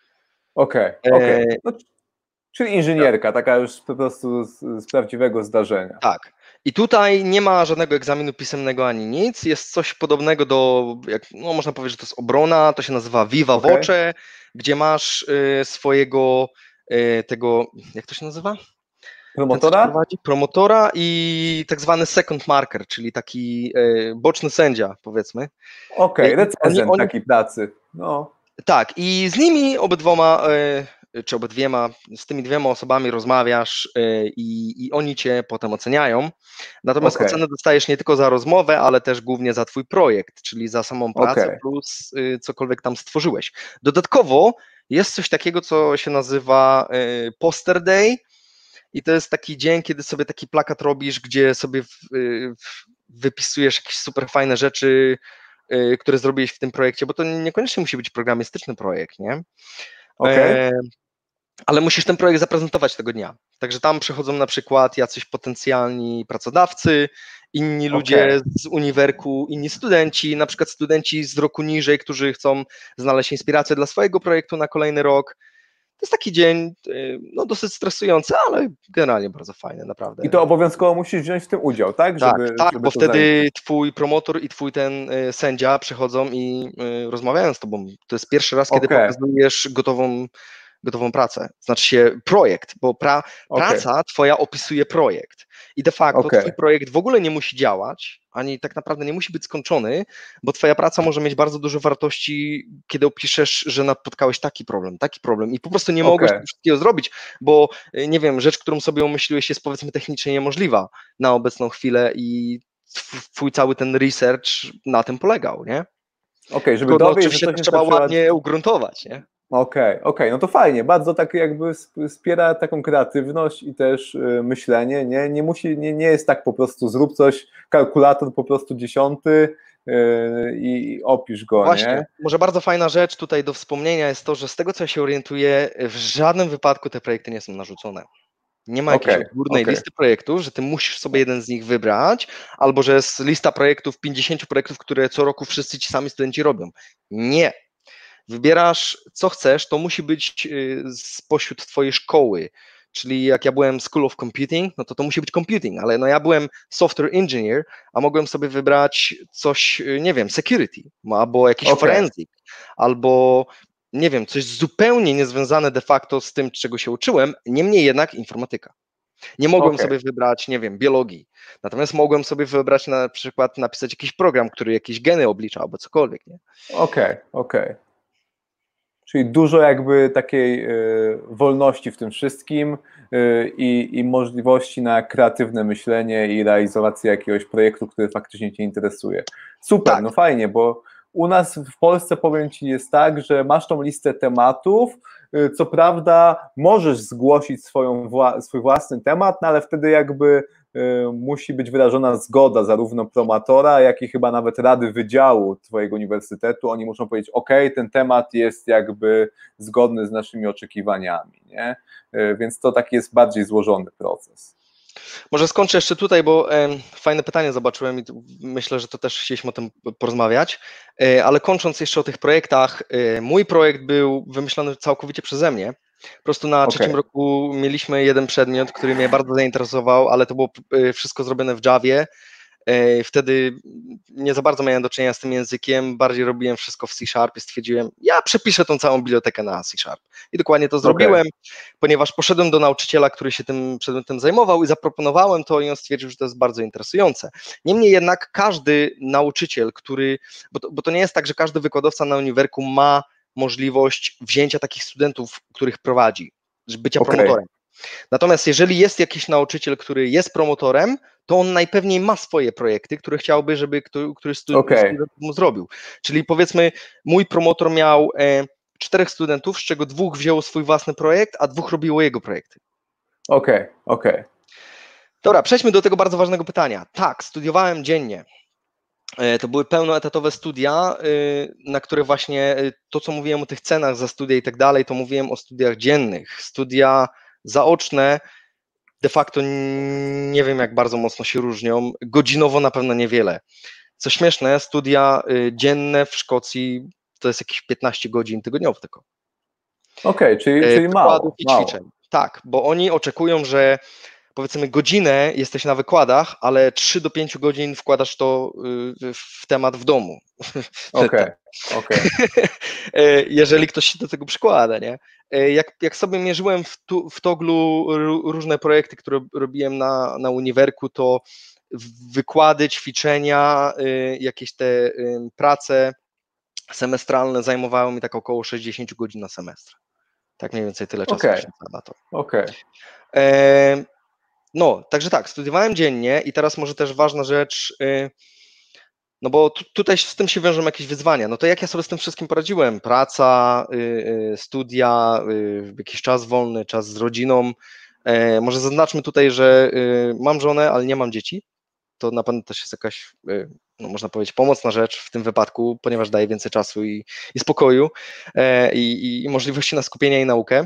Okej, okay, okej. Okay. No, czyli inżynierka, taka już po prostu z, z prawdziwego zdarzenia. Tak. I tutaj nie ma żadnego egzaminu pisemnego ani nic, jest coś podobnego do, jak, no można powiedzieć, że to jest obrona, to się nazywa Viva okay. Voce, gdzie masz y, swojego y, tego, jak to się nazywa? Promotora? Promotora i tak zwany second marker, czyli taki y, boczny sędzia, powiedzmy. Okej, okay, recenzent takiej pracy. No. Tak, i z nimi obydwoma, y, czy obydwiema, z tymi dwiema osobami rozmawiasz y, i, i oni cię potem oceniają. Natomiast okay. ocenę dostajesz nie tylko za rozmowę, ale też głównie za twój projekt, czyli za samą pracę okay. plus y, cokolwiek tam stworzyłeś. Dodatkowo jest coś takiego, co się nazywa y, poster day i to jest taki dzień, kiedy sobie taki plakat robisz, gdzie sobie w, y, w, wypisujesz jakieś super fajne rzeczy, y, które zrobiłeś w tym projekcie, bo to niekoniecznie musi być programistyczny projekt, nie? Okay. E, ale musisz ten projekt zaprezentować tego dnia. Także tam przychodzą na przykład jacyś potencjalni pracodawcy, inni ludzie okay. z uniwerku, inni studenci, na przykład studenci z roku niżej, którzy chcą znaleźć inspirację dla swojego projektu na kolejny rok. To jest taki dzień no, dosyć stresujący, ale generalnie bardzo fajny, naprawdę. I to obowiązkowo musisz wziąć w tym udział, tak? Tak, żeby, tak żeby bo wtedy zająć. twój promotor i twój ten y, sędzia przychodzą i y, rozmawiają z tobą. To jest pierwszy raz, kiedy okay. pokazujesz gotową gotową pracę, znaczy się projekt, bo pra, okay. praca twoja opisuje projekt i de facto okay. twój projekt w ogóle nie musi działać, ani tak naprawdę nie musi być skończony, bo twoja praca może mieć bardzo dużo wartości, kiedy opiszesz, że napotkałeś taki problem, taki problem i po prostu nie mogłeś okay. tego wszystkiego zrobić, bo nie wiem, rzecz, którą sobie umyśliłeś jest powiedzmy technicznie niemożliwa na obecną chwilę i twój cały ten research na tym polegał, nie? Okej, okay, żeby Tylko, dowieść, no, że coś trzeba przykład... ładnie ugruntować, nie? Okej, okay, okej, okay. No to fajnie, bardzo tak jakby wspiera taką kreatywność i też y, myślenie, nie, nie musi, nie, nie jest tak po prostu zrób coś, kalkulator po prostu dziesiąty y, i opisz go, Właśnie, nie? może bardzo fajna rzecz tutaj do wspomnienia jest to, że z tego co ja się orientuję, w żadnym wypadku te projekty nie są narzucone. Nie ma jakiejś Okay, odgórnej okay. listy projektów, że ty musisz sobie jeden z nich wybrać, albo że jest lista projektów, pięćdziesiąt projektów, które co roku wszyscy ci sami studenci robią. Nie. Wybierasz co chcesz, to musi być spośród twojej szkoły, czyli jak ja byłem School of Computing, no to to musi być computing, ale no ja byłem software engineer, a mogłem sobie wybrać coś, nie wiem, security, albo jakiś Okay. forensic, albo nie wiem, coś zupełnie niezwiązane de facto z tym, czego się uczyłem, niemniej jednak informatyka. Nie mogłem Okay. sobie wybrać, nie wiem, biologii, natomiast mogłem sobie wybrać na przykład napisać jakiś program, który jakieś geny oblicza albo cokolwiek, nie? Okej, okay, okej. Okay. Czyli dużo jakby takiej y, wolności w tym wszystkim y, i możliwości na kreatywne myślenie i realizację jakiegoś projektu, który faktycznie cię interesuje. Super, Tak. No fajnie, bo u nas w Polsce, powiem ci, jest tak, że masz tą listę tematów, y, co prawda możesz zgłosić swoją wła- swój własny temat, no ale wtedy jakby musi być wyrażona zgoda zarówno promotora, jak i chyba nawet rady wydziału twojego uniwersytetu. Oni muszą powiedzieć, ok, ten temat jest jakby zgodny z naszymi oczekiwaniami, nie? Więc to taki jest bardziej złożony proces. Może skończę jeszcze tutaj, bo e, fajne pytanie zobaczyłem i myślę, że to też chcieliśmy o tym porozmawiać, e, ale kończąc jeszcze o tych projektach, e, mój projekt był wymyślony całkowicie przeze mnie. Po prostu na Okay. trzecim roku mieliśmy jeden przedmiot, który mnie bardzo zainteresował, ale to było wszystko zrobione w Javie. Wtedy nie za bardzo miałem do czynienia z tym językiem, bardziej robiłem wszystko w C Sharp i stwierdziłem, ja przepiszę tą całą bibliotekę na C Sharp. I dokładnie to zrobiłem, okay. Ponieważ poszedłem do nauczyciela, który się tym przedmiotem zajmował i zaproponowałem to i on stwierdził, że to jest bardzo interesujące. Niemniej jednak każdy nauczyciel, który, bo to, bo to nie jest tak, że każdy wykładowca na uniwerku ma możliwość wzięcia takich studentów, których prowadzi, bycia okay. promotorem. Natomiast jeżeli jest jakiś nauczyciel, który jest promotorem, to on najpewniej ma swoje projekty, które chciałby, żeby któryś student okay. mu zrobił. Czyli powiedzmy, mój promotor miał e, czterech studentów, z czego dwóch wzięło swój własny projekt, a dwóch robiło jego projekty. Okej, okay, okej. Okay. Dobra, przejdźmy do tego bardzo ważnego pytania. Tak, studiowałem dziennie. To były pełnoetatowe studia, na które właśnie to, co mówiłem o tych cenach za studia i tak dalej, to mówiłem o studiach dziennych. Studia zaoczne de facto nie wiem, jak bardzo mocno się różnią. Godzinowo na pewno niewiele. Co śmieszne, studia dzienne w Szkocji to jest jakieś piętnaście godzin tygodniowo tylko. Okej, okay, czyli, czyli mało, i mało. ćwiczeń. Tak, bo oni oczekują, że powiedzmy godzinę jesteś na wykładach, ale trzy do pięciu godzin wkładasz to w temat w domu. Okej, okej. Jeżeli ktoś się do tego przykłada, nie? Jak, jak sobie mierzyłem w, tu, w Toglu różne projekty, które robiłem na, na uniwerku, to wykłady, ćwiczenia, jakieś te prace semestralne zajmowały mi tak około sześćdziesiąt godzin na semestr. Tak mniej więcej tyle czasu okay. poświęcałem na to. Okej. Okay. No, także tak, studiowałem dziennie i teraz może też ważna rzecz, no bo tu, tutaj z tym się wiążą jakieś wyzwania, no to jak ja sobie z tym wszystkim poradziłem? Praca, studia, jakiś czas wolny, czas z rodziną. Może zaznaczmy tutaj, że mam żonę, ale nie mam dzieci. To na pewno też jest jakaś, no można powiedzieć, pomocna rzecz w tym wypadku, ponieważ daje więcej czasu i, i spokoju i, i możliwości na skupienie i naukę.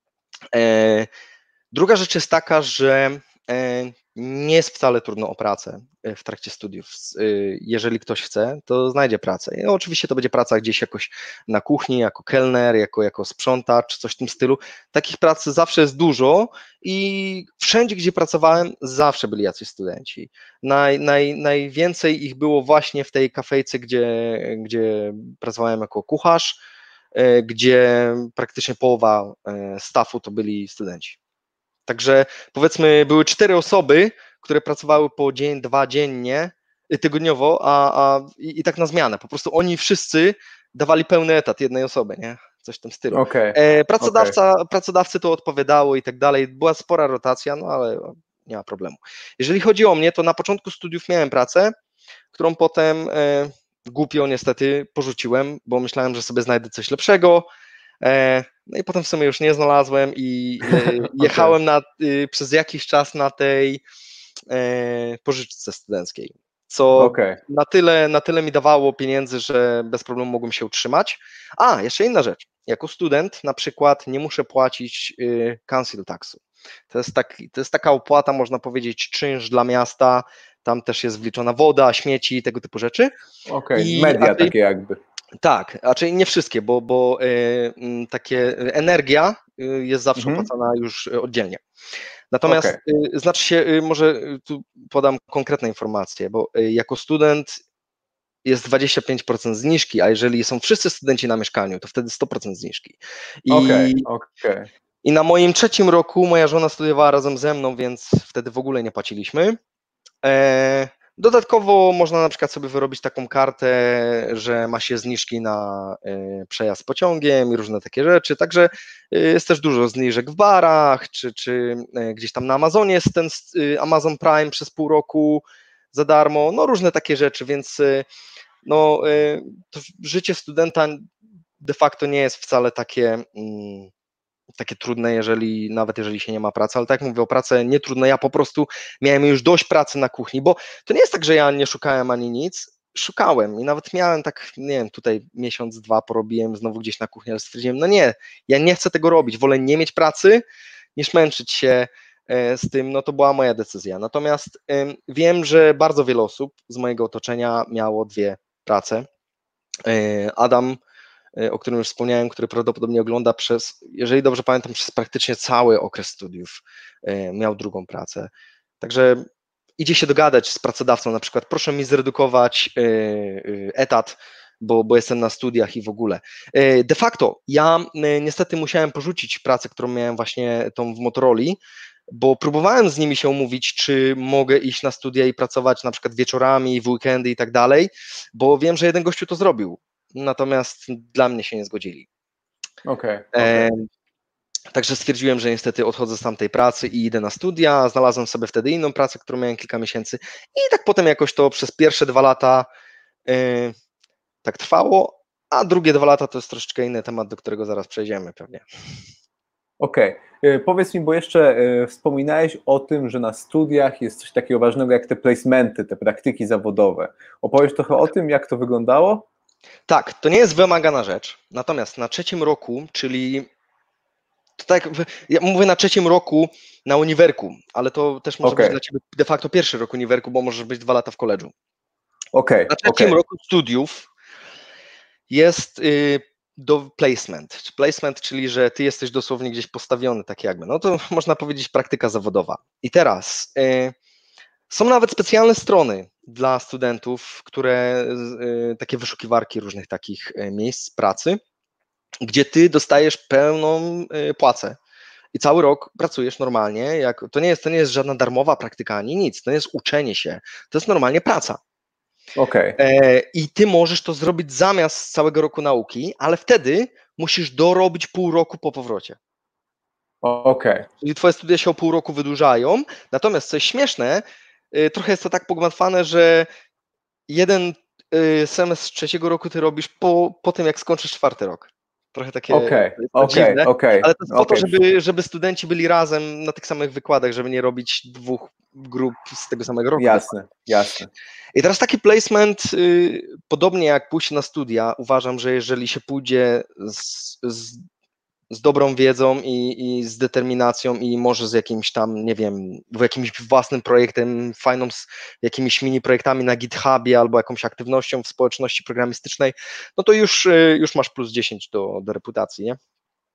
Druga rzecz jest taka, że nie jest wcale trudno o pracę w trakcie studiów. Jeżeli ktoś chce, to znajdzie pracę. No, oczywiście to będzie praca gdzieś jakoś na kuchni, jako kelner, jako, jako sprzątacz, coś w tym stylu. Takich prac zawsze jest dużo i wszędzie, gdzie pracowałem, zawsze byli jacyś studenci. Naj, naj, najwięcej ich było właśnie w tej kafejce, gdzie, gdzie pracowałem jako kucharz, gdzie praktycznie połowa staffu to byli studenci. Także powiedzmy były cztery osoby, które pracowały po dzień, dwa dziennie, tygodniowo, a, a i, i tak na zmianę. Po prostu oni wszyscy dawali pełny etat jednej osoby, nie? Coś w tym stylu. Okay. E, pracodawca, okay. Pracodawcy to odpowiadało i tak dalej. Była spora rotacja, no ale nie ma problemu. Jeżeli chodzi o mnie, to na początku studiów miałem pracę, którą potem e, głupio niestety porzuciłem, bo myślałem, że sobie znajdę coś lepszego. No i potem w sumie już nie znalazłem i jechałem na, przez jakiś czas na tej pożyczce studenckiej, co okay. na tyle, na tyle mi dawało pieniędzy, że bez problemu mogłem się utrzymać. A, jeszcze inna rzecz. Jako student na przykład nie muszę płacić council taxu. To jest, tak, to jest taka opłata, można powiedzieć, czynsz dla miasta. Tam też jest wliczona woda, śmieci, tego typu rzeczy. Okej, okay. Media takie jakby. Tak, raczej nie wszystkie, bo, bo y, takie energia y, jest zawsze mhm. opłacana już oddzielnie. Natomiast okay. y, znaczy się, y, może tu podam konkretne informacje, bo y, jako student jest dwadzieścia pięć procent zniżki, a jeżeli są wszyscy studenci na mieszkaniu, to wtedy sto procent zniżki. I, okay, okay. I na moim trzecim roku moja żona studiowała razem ze mną, więc wtedy w ogóle nie płaciliśmy. E, Dodatkowo można na przykład sobie wyrobić taką kartę, że ma się zniżki na y, przejazd pociągiem i różne takie rzeczy, także y, jest też dużo zniżek w barach, czy, czy y, gdzieś tam na Amazonie jest ten y, Amazon Prime przez pół roku za darmo, no różne takie rzeczy, więc y, no, y, to życie studenta de facto nie jest wcale takie... Y, takie trudne, jeżeli nawet jeżeli się nie ma pracy, ale tak jak mówię o pracę nie trudne, ja po prostu miałem już dość pracy na kuchni, bo to nie jest tak, że ja nie szukałem ani nic, szukałem i nawet miałem tak, nie wiem, tutaj miesiąc, dwa porobiłem znowu gdzieś na kuchni, ale stwierdziłem, no nie, ja nie chcę tego robić, wolę nie mieć pracy, niż męczyć się z tym, no to była moja decyzja. Natomiast wiem, że bardzo wiele osób z mojego otoczenia miało dwie prace. Adam, o którym już wspomniałem, który prawdopodobnie ogląda przez, jeżeli dobrze pamiętam, przez praktycznie cały okres studiów miał drugą pracę. Także idzie się dogadać z pracodawcą, na przykład proszę mi zredukować etat, bo, bo jestem na studiach i w ogóle. De facto ja niestety musiałem porzucić pracę, którą miałem właśnie tą w Motorola, bo próbowałem z nimi się umówić, czy mogę iść na studia i pracować na przykład wieczorami, w weekendy i tak dalej, bo wiem, że jeden gościu to zrobił. Natomiast dla mnie się nie zgodzili. Okay, okay. Także stwierdziłem, że niestety odchodzę z tamtej pracy i idę na studia. Znalazłem sobie wtedy inną pracę, którą miałem kilka miesięcy i tak potem jakoś to przez pierwsze dwa lata yy, tak trwało, a drugie dwa lata to jest troszeczkę inny temat, do którego zaraz przejdziemy pewnie. Okej, okay. Powiedz mi, bo jeszcze y, wspominałeś o tym, że na studiach jest coś takiego ważnego jak te placementy, te praktyki zawodowe. Opowiesz trochę o tym, jak to wyglądało? Tak, to nie jest wymagana rzecz, natomiast na trzecim roku, czyli to tak, ja mówię na trzecim roku na uniwerku, ale to też może okay. być dla Ciebie de facto pierwszy rok uniwerku, bo możesz być dwa lata w koledżu. Okay, na trzecim okay. roku studiów jest y, do placement. Placement, czyli że Ty jesteś dosłownie gdzieś postawiony, tak jakby, no to można powiedzieć praktyka zawodowa. I teraz y, są nawet specjalne strony dla studentów, które, y, takie wyszukiwarki różnych takich y, miejsc pracy, gdzie Ty dostajesz pełną y, płacę i cały rok pracujesz normalnie, jak, to, nie jest, to nie jest żadna darmowa praktyka ani nic, to jest uczenie się, to jest normalnie praca. Okay. E, I Ty możesz to zrobić zamiast całego roku nauki, ale wtedy musisz dorobić pół roku po powrocie. Okay. Czyli Twoje studia się o pół roku wydłużają, natomiast co jest śmieszne, y, trochę jest to tak pogmatwane, że jeden y, semestr trzeciego roku Ty robisz po, po tym, jak skończysz czwarty rok. Trochę takie okay, okay, dziwne, okay, ale to jest okay. po to, żeby, żeby studenci byli razem na tych samych wykładach, żeby nie robić dwóch grup z tego samego roku. Jasne, jasne. I teraz taki placement, y, podobnie jak pójść na studia, uważam, że jeżeli się pójdzie z, z, z dobrą wiedzą i, i z determinacją i może z jakimś tam, nie wiem, jakimś własnym projektem, fajną, z jakimiś mini projektami na GitHubie albo jakąś aktywnością w społeczności programistycznej, no to już, już masz plus dziesięć do, do reputacji, nie?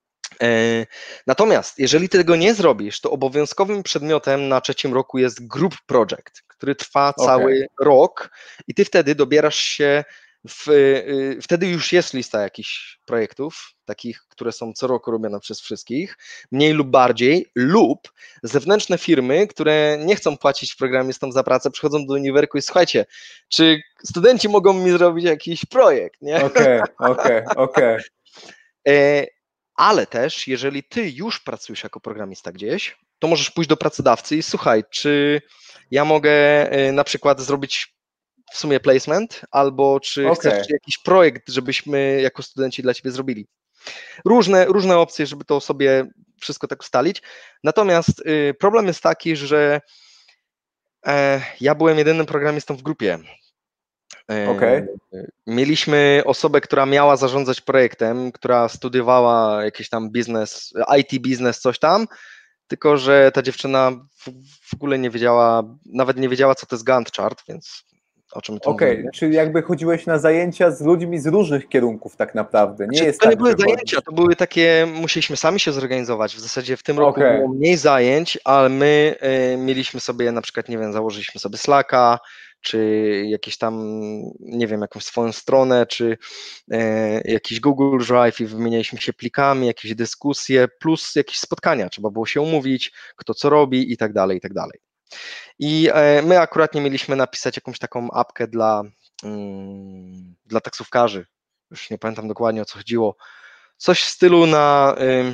Natomiast jeżeli ty tego nie zrobisz, to obowiązkowym przedmiotem na trzecim roku jest group project, który trwa cały okay. rok i ty wtedy dobierasz się, w, wtedy już jest lista jakichś projektów, takich, które są co roku robione przez wszystkich, mniej lub bardziej, lub zewnętrzne firmy, które nie chcą płacić programistom za pracę, przychodzą do uniwerku i słuchajcie, czy studenci mogą mi zrobić jakiś projekt, nie? Okej, okej, okej. Ale też, jeżeli ty już pracujesz jako programista gdzieś, to możesz pójść do pracodawcy i słuchaj, czy ja mogę na przykład zrobić w sumie placement, albo czy okay. chcesz jakiś projekt, żebyśmy jako studenci dla ciebie zrobili. Różne, różne opcje, żeby to sobie wszystko tak ustalić. Natomiast y, problem jest taki, że e, ja byłem jedynym programistą w grupie. Okej. Mieliśmy osobę, która miała zarządzać projektem, która studiowała jakiś tam biznes, I T biznes, coś tam, tylko że ta dziewczyna w, w ogóle nie wiedziała, nawet nie wiedziała, co to jest Gantt chart, więc o czym tu Okej, mówimy. czyli jakby chodziłeś na zajęcia z ludźmi z różnych kierunków tak naprawdę. Nie Znaczy, jest to tak, nie były że zajęcia, chodzisz... to były takie, musieliśmy sami się zorganizować. W zasadzie w tym roku Okej. było mniej zajęć, ale my y, mieliśmy sobie na przykład, nie wiem, założyliśmy sobie Slacka, czy jakieś tam, nie wiem, jakąś swoją stronę, czy y, jakiś Google Drive i wymienialiśmy się plikami, jakieś dyskusje, plus jakieś spotkania. Trzeba było się umówić, kto co robi i tak dalej, i tak dalej. I y, my akurat nie mieliśmy napisać jakąś taką apkę dla, y, dla taksówkarzy. Już nie pamiętam dokładnie, o co chodziło. Coś w stylu na... Y,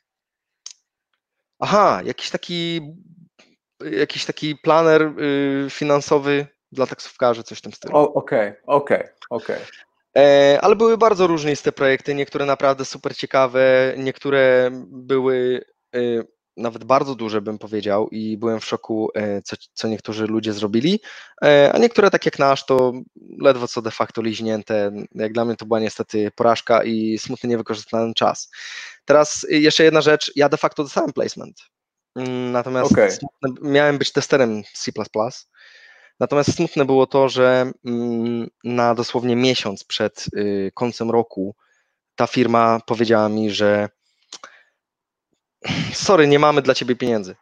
aha, jakiś taki jakiś taki planer y, finansowy dla taksówkarzy, coś w tym stylu. O, Okej, okej, okej. E, ale były bardzo różniste projekty, niektóre naprawdę super ciekawe, niektóre były y, nawet bardzo duże, bym powiedział, i byłem w szoku, e, co, co niektórzy ludzie zrobili, e, a niektóre, tak jak nasz, to ledwo co de facto liźnięte. Jak dla mnie to była niestety porażka i smutny, niewykorzystany czas. Teraz jeszcze jedna rzecz, ja de facto dostałem placement, Mm, natomiast Okej. smutne, miałem być testerem C plus plus, natomiast smutne było to, że mm, na dosłownie miesiąc przed y, końcem roku ta firma powiedziała mi, że sorry, nie mamy dla ciebie pieniędzy.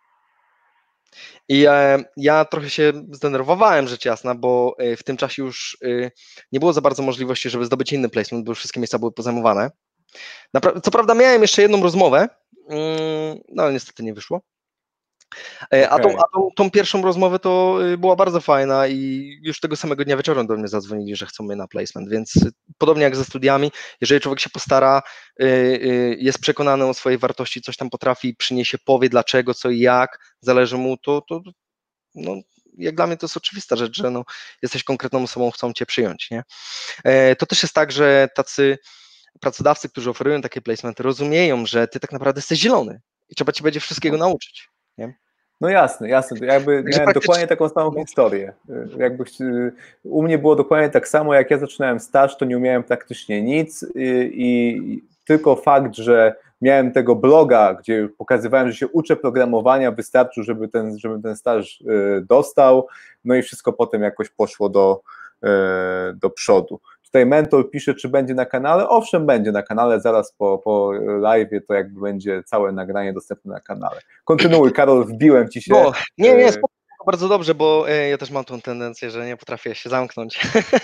I e, ja trochę się zdenerwowałem, rzecz jasna, bo e, w tym czasie już e, nie było za bardzo możliwości, żeby zdobyć inny placement, bo już wszystkie miejsca były pozajmowane. Napra- co prawda miałem jeszcze jedną rozmowę, mm, no ale niestety nie wyszło. E, A, tą, Okej. a tą, tą pierwszą rozmowę to y, była bardzo fajna i już tego samego dnia wieczorem do mnie zadzwonili, że chcą mnie na placement, więc y, podobnie jak ze studiami, jeżeli człowiek się postara, y, y, jest przekonany o swojej wartości, coś tam potrafi, przyniesie, powie dlaczego, co i jak, zależy mu, to, to no, jak dla mnie to jest oczywista rzecz, że no, jesteś konkretną osobą, chcą cię przyjąć, nie? E, To też jest tak, że tacy pracodawcy, którzy oferują takie placementy, rozumieją, że ty tak naprawdę jesteś zielony i trzeba ci będzie wszystkiego nauczyć, nie? No jasne, jasne. To jakby Także miałem praktycznie- dokładnie taką samą no. historię. Y, Jakby y, u mnie było dokładnie tak samo, jak ja zaczynałem staż, to nie umiałem praktycznie nic y, i tylko fakt, że miałem tego bloga, gdzie pokazywałem, że się uczę programowania, wystarczył, żeby ten, żeby ten staż y, dostał, no i wszystko potem jakoś poszło do, y, do przodu. Tutaj mentor pisze, czy będzie na kanale. Owszem, będzie na kanale, zaraz po, po live'ie to jakby będzie całe nagranie dostępne na kanale. Kontynuuj, Karol, wbiłem ci się. No, nie, nie, e, spoko, bardzo dobrze, bo e, ja też mam tą tendencję, że nie potrafię się zamknąć.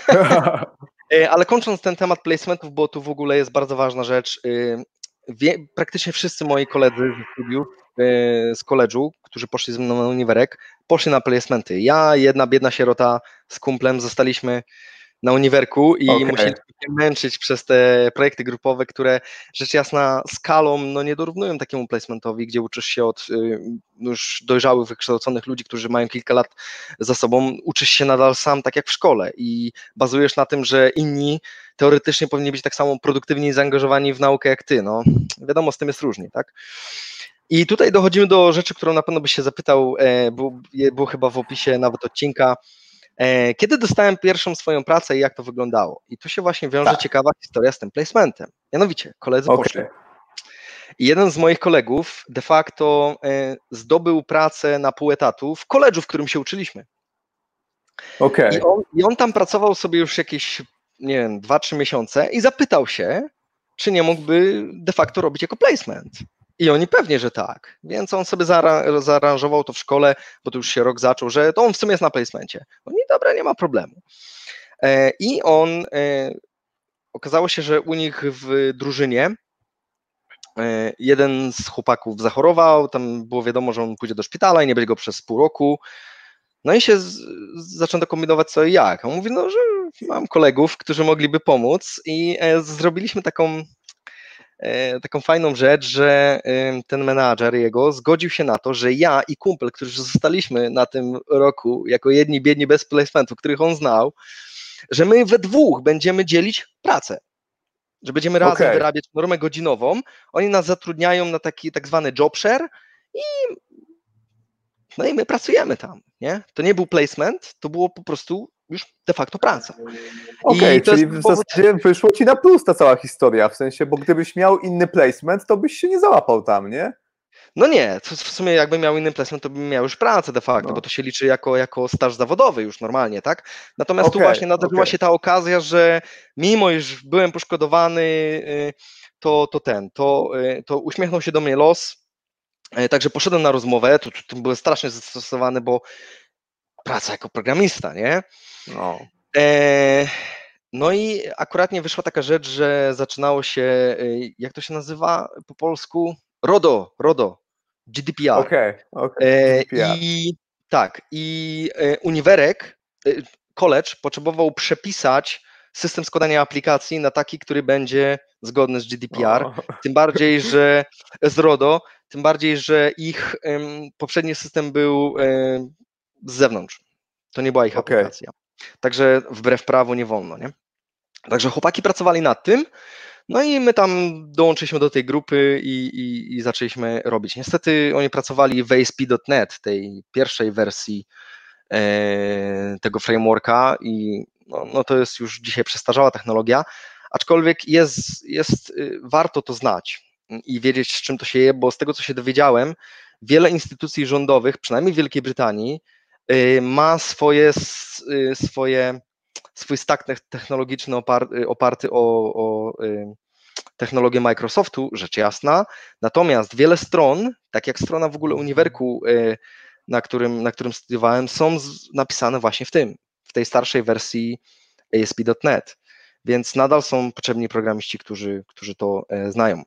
E, Ale kończąc ten temat placementów, bo tu w ogóle jest bardzo ważna rzecz. e, Wie, praktycznie wszyscy moi koledzy ze studiów, e, z koledżu, którzy poszli ze mną na uniwerek, poszli na placementy. Ja, jedna biedna sierota z kumplem, zostaliśmy na uniwerku i Okej. musieliśmy się męczyć przez te projekty grupowe, które rzecz jasna skalą no, nie dorównują takiemu placementowi, gdzie uczysz się od y, już dojrzałych, wykształconych ludzi, którzy mają kilka lat za sobą, uczysz się nadal sam tak jak w szkole i bazujesz na tym, że inni teoretycznie powinni być tak samo produktywni i zaangażowani w naukę jak ty. No, wiadomo, z tym jest różnie, tak? I tutaj dochodzimy do rzeczy, którą na pewno byś się zapytał, e, było, było chyba w opisie nawet odcinka. E, Kiedy dostałem pierwszą swoją pracę i jak to wyglądało? I tu się właśnie wiąże Tak. ciekawa historia z tym placementem. Mianowicie, koledzy Okej. poszli. I jeden z moich kolegów de facto e, zdobył pracę na pół etatu w koledżu, w którym się uczyliśmy. Okej. I on, I on tam pracował sobie już jakieś, nie wiem, dwa trzy miesiące i zapytał się, czy nie mógłby de facto robić jako placement. I oni pewnie, że tak. Więc on sobie zaara- zaaranżował to w szkole, bo to już się rok zaczął, że to on w sumie jest na placemencie. Oni, dobra, nie ma problemu. E, I on, e, okazało się, że u nich w drużynie e, jeden z chłopaków zachorował, tam było wiadomo, że on pójdzie do szpitala i nie będzie go przez pół roku. No i się z, zaczął kombinować co i jak. A on mówi, no, że mam kolegów, którzy mogliby pomóc i e, zrobiliśmy taką, e, taką fajną rzecz, że e, ten menadżer jego zgodził się na to, że ja i kumpel, którzy zostaliśmy na tym roku jako jedni biedni bez placementu, których on znał, że my we dwóch będziemy dzielić pracę. że będziemy razem Okej. wyrabiać normę godzinową, oni nas zatrudniają na taki tak zwany job share i no i my pracujemy tam, nie? To nie był placement, to było po prostu już de facto praca. Okej, I to czyli jest w powód- zasadzie wyszło ci na plus ta cała historia, w sensie, bo gdybyś miał inny placement, to byś się nie załapał tam, nie? No nie, to w sumie jakbym miał inny placement, to bym miał już pracę de facto, No. bo to się liczy jako, jako staż zawodowy już normalnie, tak? Natomiast tu Okej, właśnie nadarzyła okej. się ta okazja, że mimo iż byłem poszkodowany, y, to, to ten, to, y, to uśmiechnął się do mnie los, y, także poszedłem na rozmowę, to, to byłem strasznie zestresowany, bo praca jako programista, nie? No. E, no i akuratnie wyszła taka rzecz, że zaczynało się, y, jak to się nazywa po polsku? RODO, RODO, G D P R. Okej, okej. E, G D P R. I tak, i e, uniwerek, e, college potrzebował przepisać system składania aplikacji na taki, który będzie zgodny z G D P R, O, tym bardziej, że z RODO, tym bardziej, że ich em, poprzedni system był em, z zewnątrz. To nie była ich Okej. aplikacja. Także wbrew prawu nie wolno, nie? Także chłopaki pracowali nad tym, no i my tam dołączyliśmy do tej grupy i, i, i zaczęliśmy robić. Niestety oni pracowali w A S P kropka net, tej pierwszej wersji e, tego frameworka i no, no to jest już dzisiaj przestarzała technologia, aczkolwiek jest, jest y, warto to znać i wiedzieć, z czym to się je, bo z tego, co się dowiedziałem, wiele instytucji rządowych, przynajmniej w Wielkiej Brytanii, y, ma swoje, s- y, swoje swój stack tech- technologiczny oparty, oparty o, o y, technologię Microsoftu, rzecz jasna, natomiast wiele stron, tak jak strona w ogóle uniwerku, y, na którym, na którym studiowałem, są z, napisane właśnie w tym, w tej starszej wersji A S P kropka net, więc nadal są potrzebni programiści, którzy, którzy to e, znają.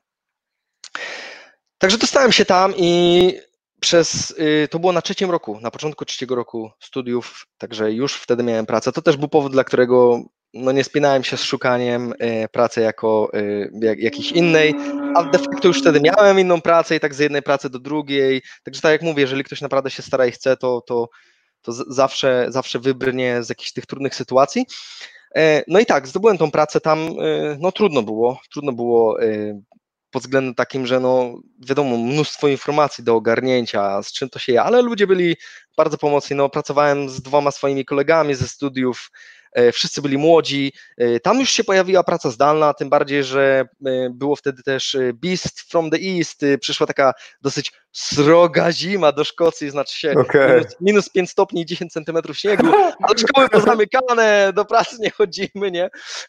Także dostałem się tam i przez, y, to było na trzecim roku, na początku trzeciego roku studiów, także już wtedy miałem pracę. To też był powód, dla którego no, nie spinałem się z szukaniem y, pracy jako y, jak, jakiejś innej, a de facto już wtedy miałem inną pracę i tak z jednej pracy do drugiej. Także tak jak mówię, jeżeli ktoś naprawdę się stara i chce, to, to, to z- zawsze, zawsze wybrnie z jakichś tych trudnych sytuacji. E, No i tak, zdobyłem tą pracę tam, e, no trudno było, trudno było e, pod względem takim, że no wiadomo, mnóstwo informacji do ogarnięcia, z czym to się je, ale ludzie byli bardzo pomocni, no pracowałem z dwoma swoimi kolegami ze studiów, e, wszyscy byli młodzi, e, tam już się pojawiła praca zdalna, tym bardziej, że e, było wtedy też e, Beast from the East, e, przyszła taka dosyć sroga zima do Szkocji, znaczy się Okej. minus, minus pięć stopni i dziesięć centymetrów śniegu, ale szkoły pozamykane, do pracy nie chodzimy, nie?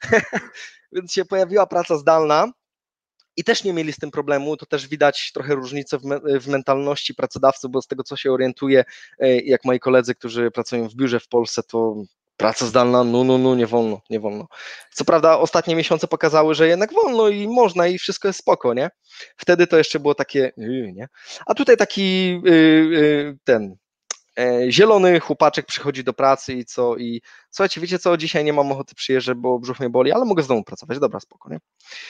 Więc się pojawiła praca zdalna i też nie mieli z tym problemu, to też widać trochę różnicę w, me- w mentalności pracodawców, bo z tego, co się orientuję, e, jak moi koledzy, którzy pracują w biurze w Polsce, to praca zdalna, no, no, no, nie wolno, nie wolno. Co prawda ostatnie miesiące pokazały, że jednak wolno i można i wszystko jest spoko, nie? Wtedy to jeszcze było takie, yy, nie? A tutaj taki yy, yy, ten e, zielony chłopaczek przychodzi do pracy i co, i słuchajcie, wiecie co, dzisiaj nie mam ochoty przyjeżdżać, bo brzuch mnie boli, ale mogę z domu pracować, dobra, spoko, nie?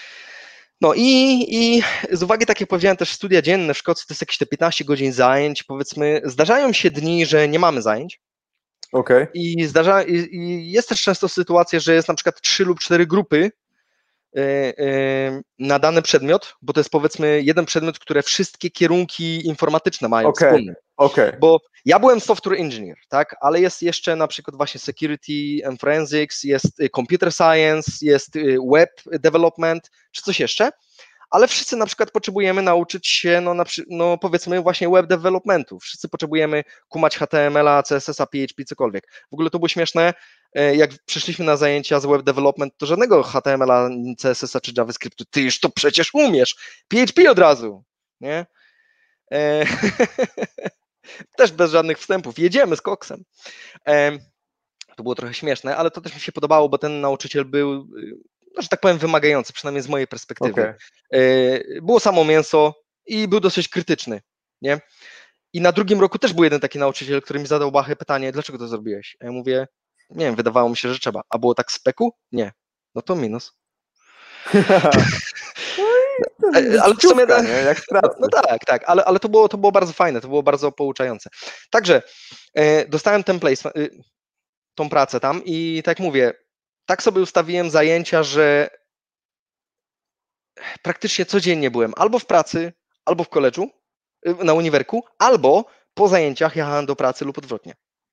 No i, i z uwagi, tak jak powiedziałem, też studia dzienne w Szkocji to jest jakieś te piętnaście godzin zajęć, powiedzmy, zdarzają się dni, że nie mamy zajęć Okej. i, zdarza, i, i jest też często sytuacja, że jest na przykład trzy lub cztery grupy y, y, na dany przedmiot, bo to jest powiedzmy jeden przedmiot, które wszystkie kierunki informatyczne mają Okej. wspólny. Okej. Bo ja byłem software engineer, tak, ale jest jeszcze na przykład właśnie security and forensics, jest y, computer science, jest y, web development, czy coś jeszcze, ale wszyscy na przykład potrzebujemy nauczyć się, no, na, przy- no powiedzmy właśnie web developmentu, wszyscy potrzebujemy kumać H T M L a, C S S a, P H P, cokolwiek. W ogóle to było śmieszne, e, jak przyszliśmy na zajęcia z web development, to żadnego H T M L a, C S S a czy JavaScriptu, ty już to przecież umiesz, P H P od razu, nie? E, Też bez żadnych wstępów, jedziemy z koksem. Em, To było trochę śmieszne, ale to też mi się podobało, bo ten nauczyciel był, y, no, że tak powiem, wymagający, przynajmniej z mojej perspektywy. Okej. E, Było samo mięso i był dosyć krytyczny, nie? I na drugim roku też był jeden taki nauczyciel, który mi zadał bachę pytanie, dlaczego to zrobiłeś? A ja mówię, nie wiem, wydawało mi się, że trzeba. A było tak z peku? Nie. No to minus. No i E, Ale w sumie, życiówka, nie? Jak w no, pracy. no tak, tak, ale, ale to, było, to było bardzo fajne, to było bardzo pouczające. Także e, dostałem ten placement, y, tą pracę tam i tak jak mówię, tak sobie ustawiłem zajęcia, że praktycznie codziennie byłem albo w pracy, albo w koledżu, na uniwerku, albo po zajęciach jechałem do pracy lub odwrotnie.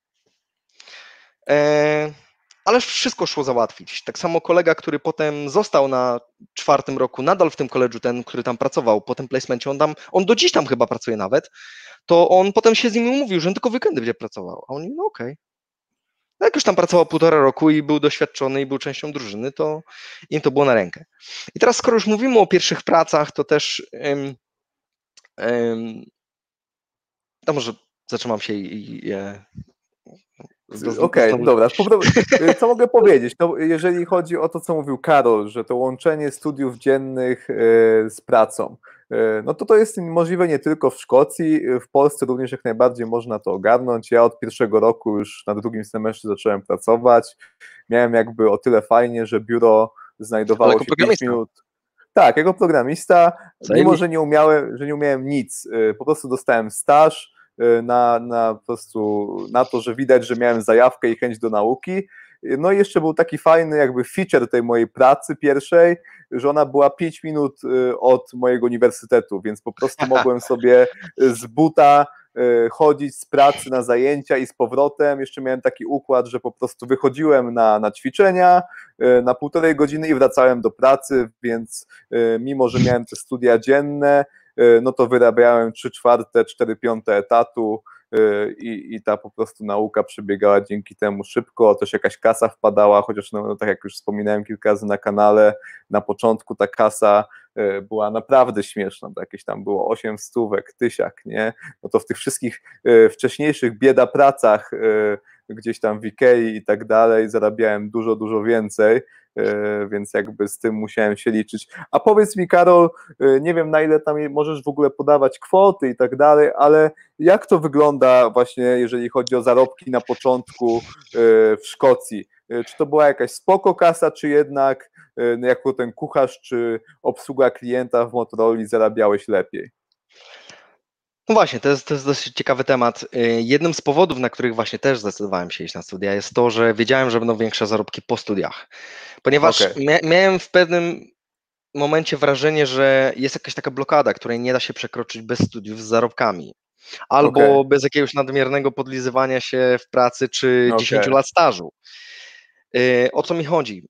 E, ale wszystko szło załatwić. Tak samo kolega, który potem został na czwartym roku, nadal w tym koledżu, ten, który tam pracował, po tym placemencie, on, tam, on do dziś tam chyba pracuje nawet, to on potem się z nimi umówił, że on tylko weekendy będzie pracował. A oni, no okej. Okay. No jak już tam pracował półtora roku i był doświadczony i był częścią drużyny, to im to było na rękę. I teraz skoro już mówimy o pierwszych pracach, to też um, um, to może zatrzymam się i, i e, Okej, okay, dobra. Co mogę powiedzieć? No, jeżeli chodzi o to, co mówił Karol, że to łączenie studiów dziennych z pracą, no to to jest możliwe nie tylko w Szkocji, w Polsce również jak najbardziej można to ogarnąć. Ja od pierwszego roku już na drugim semestrze zacząłem pracować. Miałem jakby o tyle fajnie, że biuro znajdowało się pięć minut. Tak, jako programista, mimo że nie umiałem, że nie umiałem nic, po prostu dostałem staż, Na, na po prostu na to, że widać, że miałem zajawkę i chęć do nauki. No i jeszcze był taki fajny jakby feature tej mojej pracy pierwszej, że ona była pięć minut od mojego uniwersytetu, więc po prostu mogłem sobie z buta chodzić z pracy na zajęcia i z powrotem. Jeszcze miałem taki układ, że po prostu wychodziłem na, na ćwiczenia na półtorej godziny i wracałem do pracy, więc mimo, że miałem te studia dzienne, no to wyrabiałem trzy czwarte, cztery piąte etatu i, i ta po prostu nauka przebiegała dzięki temu szybko, też jakaś kasa wpadała, chociaż no, no tak jak już wspominałem kilka razy na kanale, na początku ta kasa była naprawdę śmieszna, to jakieś tam było osiem stówek, tysiak, nie? No to w tych wszystkich wcześniejszych bieda pracach gdzieś tam w Ikei i tak dalej zarabiałem dużo, dużo więcej, więc jakby z tym musiałem się liczyć. A powiedz mi, Karol, nie wiem, na ile tam możesz w ogóle podawać kwoty i tak dalej, ale jak to wygląda właśnie, jeżeli chodzi o zarobki na początku w Szkocji? Czy to była jakaś spoko kasa, czy jednak jako ten kucharz, czy obsługa klienta w Motorola zarabiałeś lepiej? No właśnie, to jest, to jest dosyć ciekawy temat. Jednym z powodów, na których właśnie też zdecydowałem się iść na studia, jest to, że wiedziałem, że będą większe zarobki po studiach. Ponieważ okay. mia- miałem w pewnym momencie wrażenie, że jest jakaś taka blokada, której nie da się przekroczyć bez studiów z zarobkami. Albo okay. bez jakiegoś nadmiernego podlizywania się w pracy, czy okay. dziesięć lat stażu. O co mi chodzi?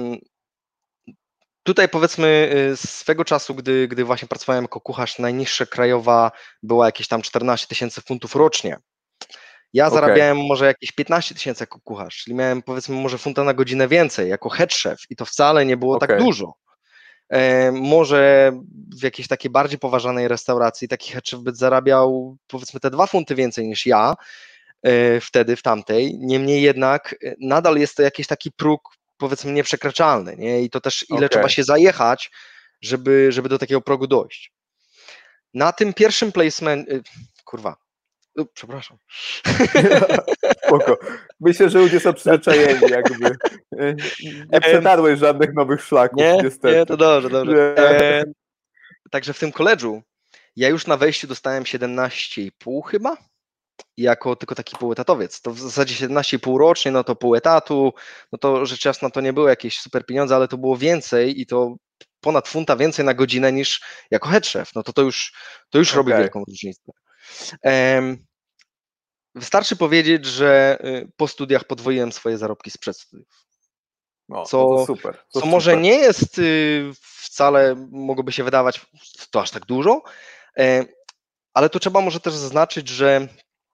Tutaj powiedzmy swego czasu, gdy, gdy właśnie pracowałem jako kucharz, najniższa krajowa była jakieś tam czternaście tysięcy funtów rocznie. Ja okay. zarabiałem może jakieś piętnaście tysięcy jako kucharz, czyli miałem powiedzmy może funta na godzinę więcej jako head chef i to wcale nie było okay. tak dużo. E, może w jakiejś takiej bardziej poważanej restauracji taki head chef by zarabiał powiedzmy te dwa funty więcej niż ja e, wtedy w tamtej, niemniej jednak nadal jest to jakiś taki próg powiedzmy nieprzekraczalny, nie? I to też ile okay. trzeba się zajechać, żeby, żeby do takiego progu dojść. Na tym pierwszym placement, kurwa, U, przepraszam. Spoko. Myślę, że ludzie są przyzwyczajeni, jakby. Nie przetarłeś żadnych nowych szlaków, nie, niestety. Nie, to dobrze, dobrze. E, także w tym koledżu ja już na wejściu dostałem siedemnaście i pół chyba, jako tylko taki półetatowiec. To w zasadzie siedemnaście i pół rocznie, no to pół etatu, no to rzecz jasna to nie były jakieś super pieniądze, ale to było więcej i to ponad funta więcej na godzinę niż jako head chef. No to to już, to już okay. robi wielką różnicę. Um, wystarczy powiedzieć, że po studiach podwoiłem swoje zarobki sprzed studiów. No, co, no to super. To co super. może nie jest wcale, mogłoby się wydawać to aż tak dużo, ale tu trzeba może też zaznaczyć, że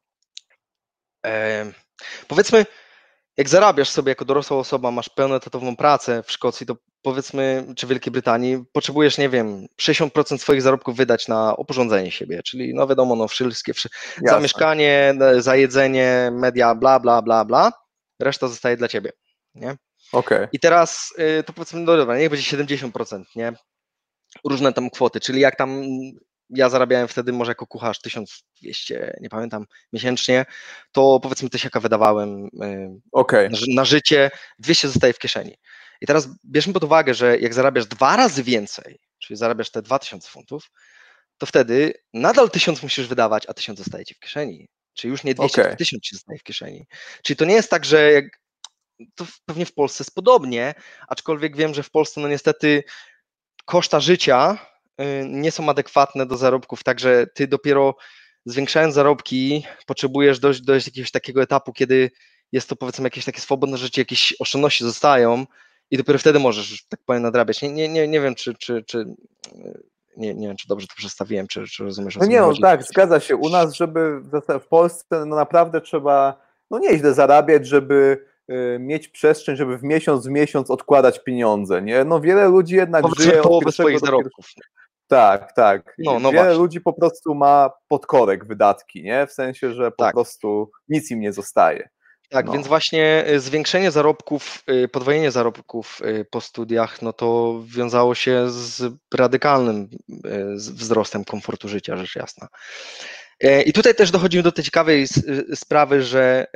e, powiedzmy, jak zarabiasz sobie jako dorosła osoba, masz pełnoetatową pracę w Szkocji, to powiedzmy, czy w Wielkiej Brytanii, potrzebujesz, nie wiem, sześćdziesiąt procent swoich zarobków wydać na oporządzenie siebie, czyli no wiadomo, no wszystkie, za mieszkanie, za jedzenie, media, bla, bla, bla, bla, reszta zostaje dla ciebie, nie? Okay. I teraz to powiedzmy, no dobra, niech będzie siedemdziesiąt procent, nie? Różne tam kwoty, czyli jak tam ja zarabiałem wtedy może jako kucharz tysiąc dwieście, nie pamiętam, miesięcznie, to powiedzmy tysiaka wydawałem okay. na, na życie, dwieście zostaje w kieszeni. I teraz bierzmy pod uwagę, że jak zarabiasz dwa razy więcej, czyli zarabiasz te dwa tysiące funtów, to wtedy nadal tysiąc musisz wydawać, a tysiąc zostaje ci w kieszeni. Czyli już nie dwieście, okay. tysiąc ci zostaje w kieszeni. Czyli to nie jest tak, że jak, to pewnie w Polsce jest podobnie, aczkolwiek wiem, że w Polsce no niestety koszta życia nie są adekwatne do zarobków, także ty dopiero zwiększając zarobki potrzebujesz dojść do jakiegoś takiego etapu, kiedy jest to powiedzmy jakieś takie swobodne życie, jakieś oszczędności zostają i dopiero wtedy możesz, tak powiem, nadrabiać. Nie, nie, nie, nie wiem, czy, czy, czy nie, nie wiem, czy dobrze to przedstawiłem, czy, czy rozumiesz, o co No mi nie, no chodzi. tak, zgadza się. U nas, żeby w Polsce no naprawdę trzeba no nieźle zarabiać, żeby y, mieć przestrzeń, żeby w miesiąc w miesiąc odkładać pieniądze, nie? No wiele ludzi jednak Powiedzmy żyje od połowę pierwszego swoich do zarobków. Tak, tak. No, no Wiele właśnie. ludzi po prostu ma podkorek wydatki, nie? W sensie, że po Tak. prostu nic im nie zostaje. Tak, No. więc właśnie zwiększenie zarobków, podwojenie zarobków po studiach, no to wiązało się z radykalnym wzrostem komfortu życia, rzecz jasna. I tutaj też dochodzimy do tej ciekawej sprawy, że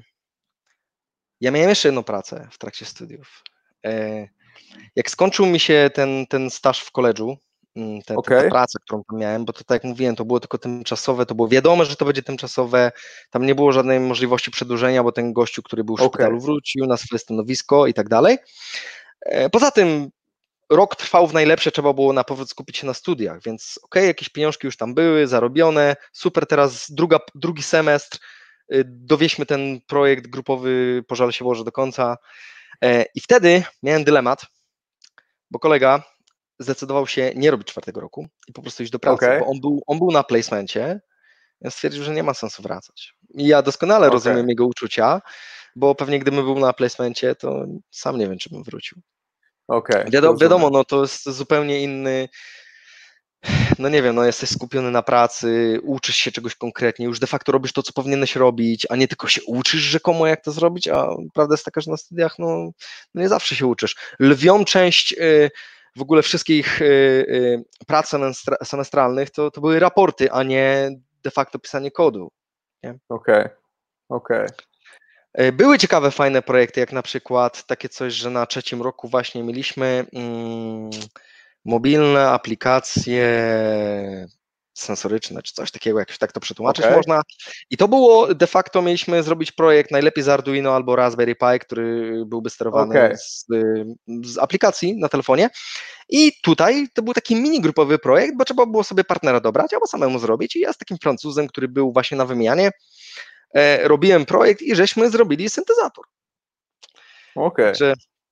ja miałem jeszcze jedną pracę w trakcie studiów. Jak skończył mi się ten, ten staż w koledżu, ta, okay. ta praca, którą tam miałem, bo to tak jak mówiłem, to było tylko tymczasowe, to było wiadomo, że to będzie tymczasowe, tam nie było żadnej możliwości przedłużenia, bo ten gościu, który był w okay. szpitalu, wrócił na swoje stanowisko i tak dalej. Poza tym rok trwał w najlepsze, trzeba było na powrót skupić się na studiach, więc okej, okay, jakieś pieniążki już tam były, zarobione, super, teraz druga, drugi semestr, dowieźmy ten projekt grupowy, pożal się włoży do końca. I wtedy miałem dylemat, bo kolega zdecydował się nie robić czwartego roku i po prostu iść do pracy, okay. bo on był, on był na placemencie, ja stwierdził, że nie ma sensu wracać. I ja doskonale okay. rozumiem jego uczucia, bo pewnie gdybym był na placemencie, to sam nie wiem, czy bym wrócił. Okay, wiadomo, wiadomo, no to jest zupełnie inny, no nie wiem, no jesteś skupiony na pracy, uczysz się czegoś konkretnie, już de facto robisz to, co powinieneś robić, a nie tylko się uczysz rzekomo, jak to zrobić, a prawda jest taka, że na studiach, no, no nie zawsze się uczysz. Lwią część y, w ogóle wszystkich y, y, prac semestra, semestralnych to, to były raporty, a nie de facto pisanie kodu. Okej, okej. Okay. Okay. Były ciekawe, fajne projekty, jak na przykład takie coś, że na trzecim roku właśnie mieliśmy mm, mobilne aplikacje sensoryczne, czy coś takiego, jak tak to przetłumaczyć okay. można. I to było, de facto mieliśmy zrobić projekt najlepiej z Arduino albo Raspberry Pi, który byłby sterowany okay. z, z aplikacji na telefonie. I tutaj to był taki mini grupowy projekt, bo trzeba było sobie partnera dobrać, albo samemu zrobić. I ja z takim Francuzem, który był właśnie na wymianie, e, robiłem projekt i żeśmy zrobili syntezator. Okej. Okay.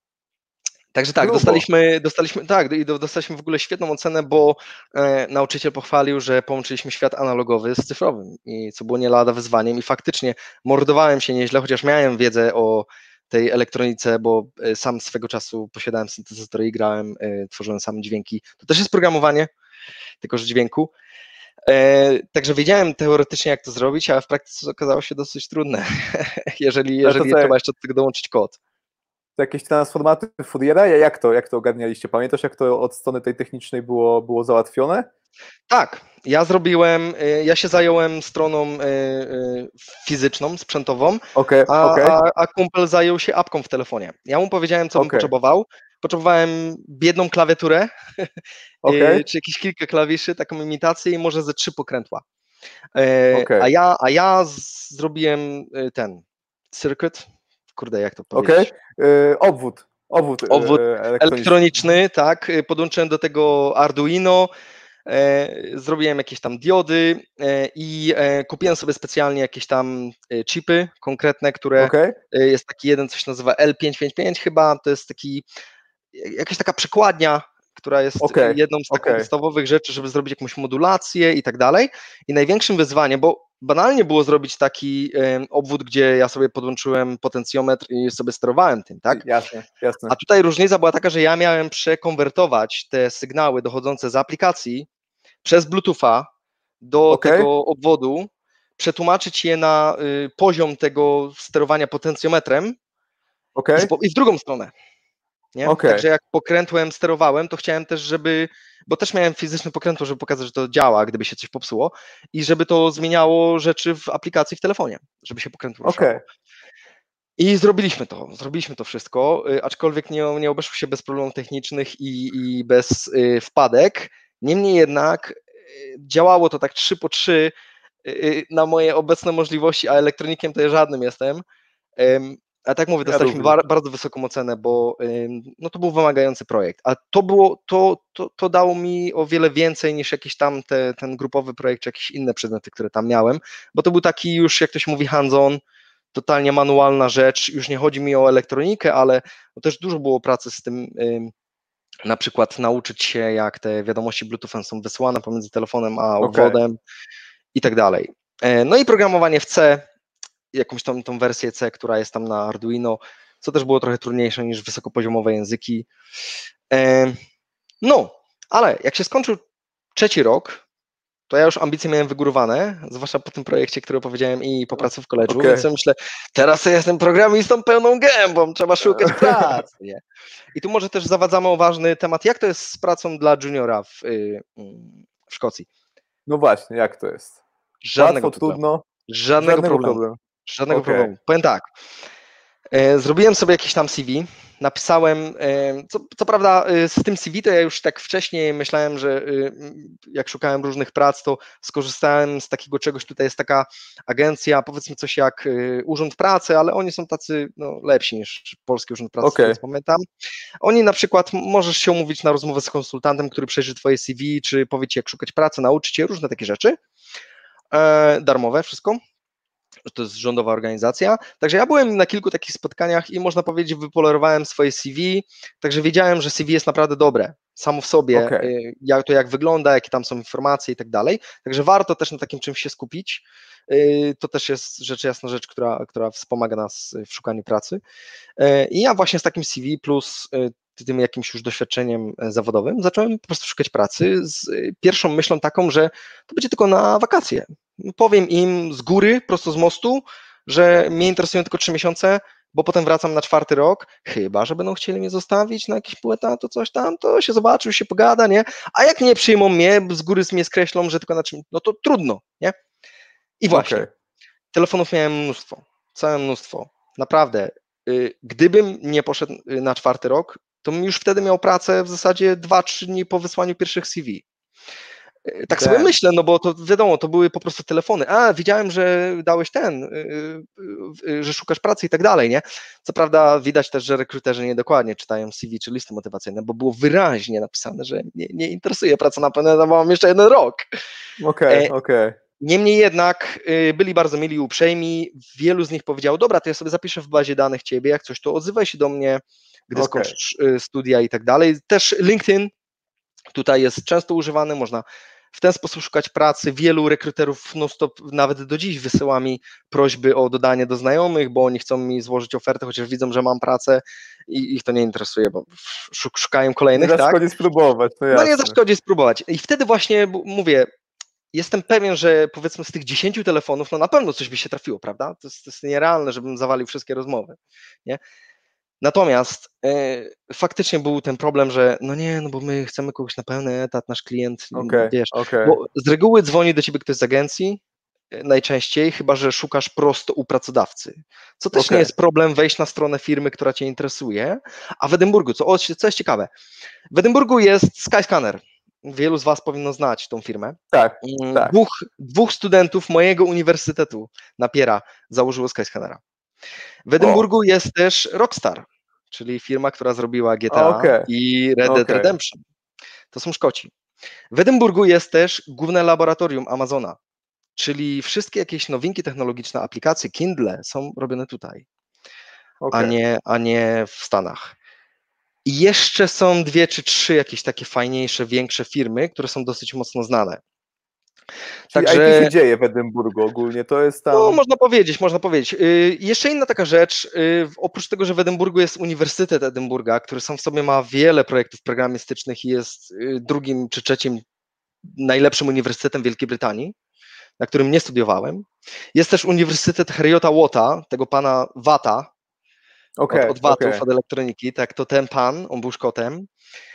Także tak, dostaliśmy, dostaliśmy, tak, i dostaliśmy w ogóle świetną ocenę, bo e, nauczyciel pochwalił, że połączyliśmy świat analogowy z cyfrowym, i co było nie lada wyzwaniem i faktycznie mordowałem się nieźle, chociaż miałem wiedzę o tej elektronice, bo e, sam swego czasu posiadałem syntezatory i grałem, e, tworzyłem sam dźwięki. To też jest programowanie, tylko że dźwięku. E, także wiedziałem teoretycznie, jak to zrobić, ale w praktyce okazało się dosyć trudne, jeżeli, jeżeli to trzeba jeszcze do tego dołączyć kod. To jakieś transformaty Fouriera? Jak to, jak to ogarnialiście? Pamiętasz, jak to od strony tej technicznej było, było załatwione? Tak, ja zrobiłem, ja się zająłem stroną fizyczną, sprzętową, okay, a, okay. a, a kumpel zajął się apką w telefonie. Ja mu powiedziałem, co okay. bym potrzebował. Potrzebowałem biedną klawiaturę, okay. czy jakieś kilka klawiszy, taką imitację i może ze trzy pokrętła. Okay. A, ja, a ja zrobiłem ten circuit, kurde, jak to powiedzieć? Okej, okay. obwód. Obwód, obwód elektroniczny. elektroniczny, tak. Podłączyłem do tego Arduino, e, zrobiłem jakieś tam diody e, i e, kupiłem sobie specjalnie jakieś tam chipy konkretne, które okay. jest taki jeden, coś się nazywa L pięćset pięćdziesiąt pięć chyba, to jest taki, jakaś taka przekładnia, która jest okay. jedną z takich okay. podstawowych rzeczy, żeby zrobić jakąś modulację i tak dalej. I największym wyzwaniem, bo banalnie było zrobić taki um, obwód, gdzie ja sobie podłączyłem potencjometr i sobie sterowałem tym, tak? Jasne, jasne. A tutaj różnica była taka, że ja miałem przekonwertować te sygnały dochodzące z aplikacji przez Bluetootha do okay. tego obwodu, przetłumaczyć je na y, poziom tego sterowania potencjometrem okay. i, w, i w drugą stronę. Nie? Okay. Także jak pokrętłem sterowałem, to chciałem też, żeby, bo też miałem fizyczny pokrętło, żeby pokazać, że to działa, gdyby się coś popsuło i żeby to zmieniało rzeczy w aplikacji w telefonie, żeby się pokrętło ruszało. Okay. I zrobiliśmy to, zrobiliśmy to wszystko, aczkolwiek nie, nie obeszło się bez problemów technicznych i, i bez y, wpadek, niemniej jednak y, działało to tak trzy po trzy y, na moje obecne możliwości, a elektronikiem to ja żadnym jestem. Y, A tak mówię, Ja dostaliśmy również. bar, bardzo wysoką ocenę, bo ym, no to był wymagający projekt, a to było, to, to, to dało mi o wiele więcej niż jakiś tam te, ten grupowy projekt, czy jakieś inne przedmioty, które tam miałem, bo to był taki już, jak to się mówi, hands-on, totalnie manualna rzecz, już nie chodzi mi o elektronikę, ale no też dużo było pracy z tym, ym, na przykład nauczyć się, jak te wiadomości Bluetoothem są wysyłane pomiędzy telefonem a obwodem i tak dalej. E, No i programowanie w C, jakąś tą, tą wersję C, która jest tam na Arduino, co też było trochę trudniejsze niż wysokopoziomowe języki. E, No, ale jak się skończył trzeci rok, to ja już ambicje miałem wygórowane, zwłaszcza po tym projekcie, który opowiedziałem i po pracy w koledżu, Okej. więc ja myślę, teraz ja jestem programistą pełną gębą, trzeba szukać pracy, nie? I tu może też zawadzamy o ważny temat, jak to jest z pracą dla juniora w, y, w Szkocji. No właśnie, jak to jest? Żadnego Łatwo, problemu. trudno? Żadnego, Żadnego problemu. problemu. Żadnego Okej. problemu. Powiem tak. e, Zrobiłem sobie jakiś tam C V, napisałem, e, co, co prawda e, z tym C V to ja już tak wcześniej myślałem, że e, jak szukałem różnych prac, to skorzystałem z takiego czegoś, tutaj jest taka agencja, powiedzmy coś jak e, Urząd Pracy, ale oni są tacy no, lepsi niż Polski Urząd Pracy, Okej. z tego co pamiętam. Oni na przykład, m- możesz się umówić na rozmowę z konsultantem, który przejrzy twoje C V, czy powie ci jak szukać pracy, nauczy cię, różne takie rzeczy, e, darmowe wszystko. To jest rządowa organizacja. Także ja byłem na kilku takich spotkaniach i można powiedzieć, wypolerowałem swoje C V, także wiedziałem, że C V jest naprawdę dobre, samo w sobie, Okej. y, jak to jak wygląda, jakie tam są informacje i tak dalej. Także warto też na takim czymś się skupić. Y, To też jest rzecz jasna rzecz, która, która wspomaga nas w szukaniu pracy. Y, I ja właśnie z takim C V plus y, tym jakimś już doświadczeniem e, zawodowym zacząłem po prostu szukać pracy z y, pierwszą myślą taką, że to będzie tylko na wakacje. Powiem im z góry, prosto z mostu, że mnie interesują tylko trzy miesiące, bo potem wracam na czwarty rok, chyba że będą chcieli mnie zostawić na jakiś pół etatu, coś tam, to się zobaczy, już się pogada, nie? A jak nie przyjmą mnie, z góry mnie skreślą, że tylko na czym, no to trudno, nie? I właśnie, Okej. telefonów miałem mnóstwo, całe mnóstwo, naprawdę. Y, Gdybym nie poszedł y, na czwarty rok, to bym już wtedy miał pracę w zasadzie dwa trzy dni po wysłaniu pierwszych C V. Y, Tak sobie Damn. myślę, no bo to wiadomo, to były po prostu telefony. A, widziałem, że dałeś ten, y, y, y, że szukasz pracy i tak dalej, nie? Co prawda widać też, że rekruterzy niedokładnie czytają C V czy listy motywacyjne, bo było wyraźnie napisane, że nie, nie interesuje praca na pewno, bo mam jeszcze jeden rok. Okej, E, okej. Niemniej jednak y, byli bardzo mili, uprzejmi. Wielu z nich powiedziało, dobra, to ja sobie zapiszę w bazie danych ciebie, jak coś, to odzywaj się do mnie, gdy Okej. skończysz y, studia i tak dalej. Też LinkedIn tutaj jest często używany, można w ten sposób szukać pracy. Wielu rekruterów non-stop nawet do dziś wysyła mi prośby o dodanie do znajomych, bo oni chcą mi złożyć ofertę, chociaż widzą, że mam pracę i ich to nie interesuje, bo szuk- szukają Nie kolejnych, tak? zaszkodzi spróbować, to No nie jasne. zaszkodzi spróbować. I wtedy właśnie bu- mówię, jestem pewien, że powiedzmy z tych dziesięciu telefonów, no na pewno coś by się trafiło, prawda? To jest, to jest nierealne, żebym zawalił wszystkie rozmowy, nie? Natomiast e, faktycznie był ten problem, że no nie, no bo my chcemy kogoś na pełny etat, nasz klient, Okej, wiesz, okej. bo z reguły dzwoni do ciebie ktoś z agencji, e, najczęściej, chyba że szukasz prosto u pracodawcy, co też Okej. nie jest problem wejść na stronę firmy, która cię interesuje, a w Edynburgu, co, o, co jest ciekawe, w Edynburgu jest Skyscanner, wielu z was powinno znać tą firmę. Tak, Mm, tak. Dwóch, dwóch studentów mojego uniwersytetu Napiera założyło Skyscannera. W Edynburgu jest też Rockstar, czyli firma, która zrobiła G T A Okej, i Red Dead okej. Redemption. To są Szkoci. W Edynburgu jest też główne laboratorium Amazona, czyli wszystkie jakieś nowinki technologiczne, aplikacje, Kindle są robione tutaj, a okej. nie, a nie w Stanach. I jeszcze są dwie czy trzy jakieś takie fajniejsze, większe firmy, które są dosyć mocno znane. Czyli Także- I T się dzieje w Edynburgu ogólnie, to jest tam... No, można powiedzieć, można powiedzieć. Y, Jeszcze inna taka rzecz, y, oprócz tego, że w Edynburgu jest Uniwersytet Edynburga, który sam w sobie ma wiele projektów programistycznych i jest y, drugim czy trzecim najlepszym uniwersytetem Wielkiej Brytanii, na którym nie studiowałem. Jest też Uniwersytet Heriota Watta, tego pana Watta, Okej, od, od Wattów, okej. od elektroniki, tak, to ten pan, on był Szkotem.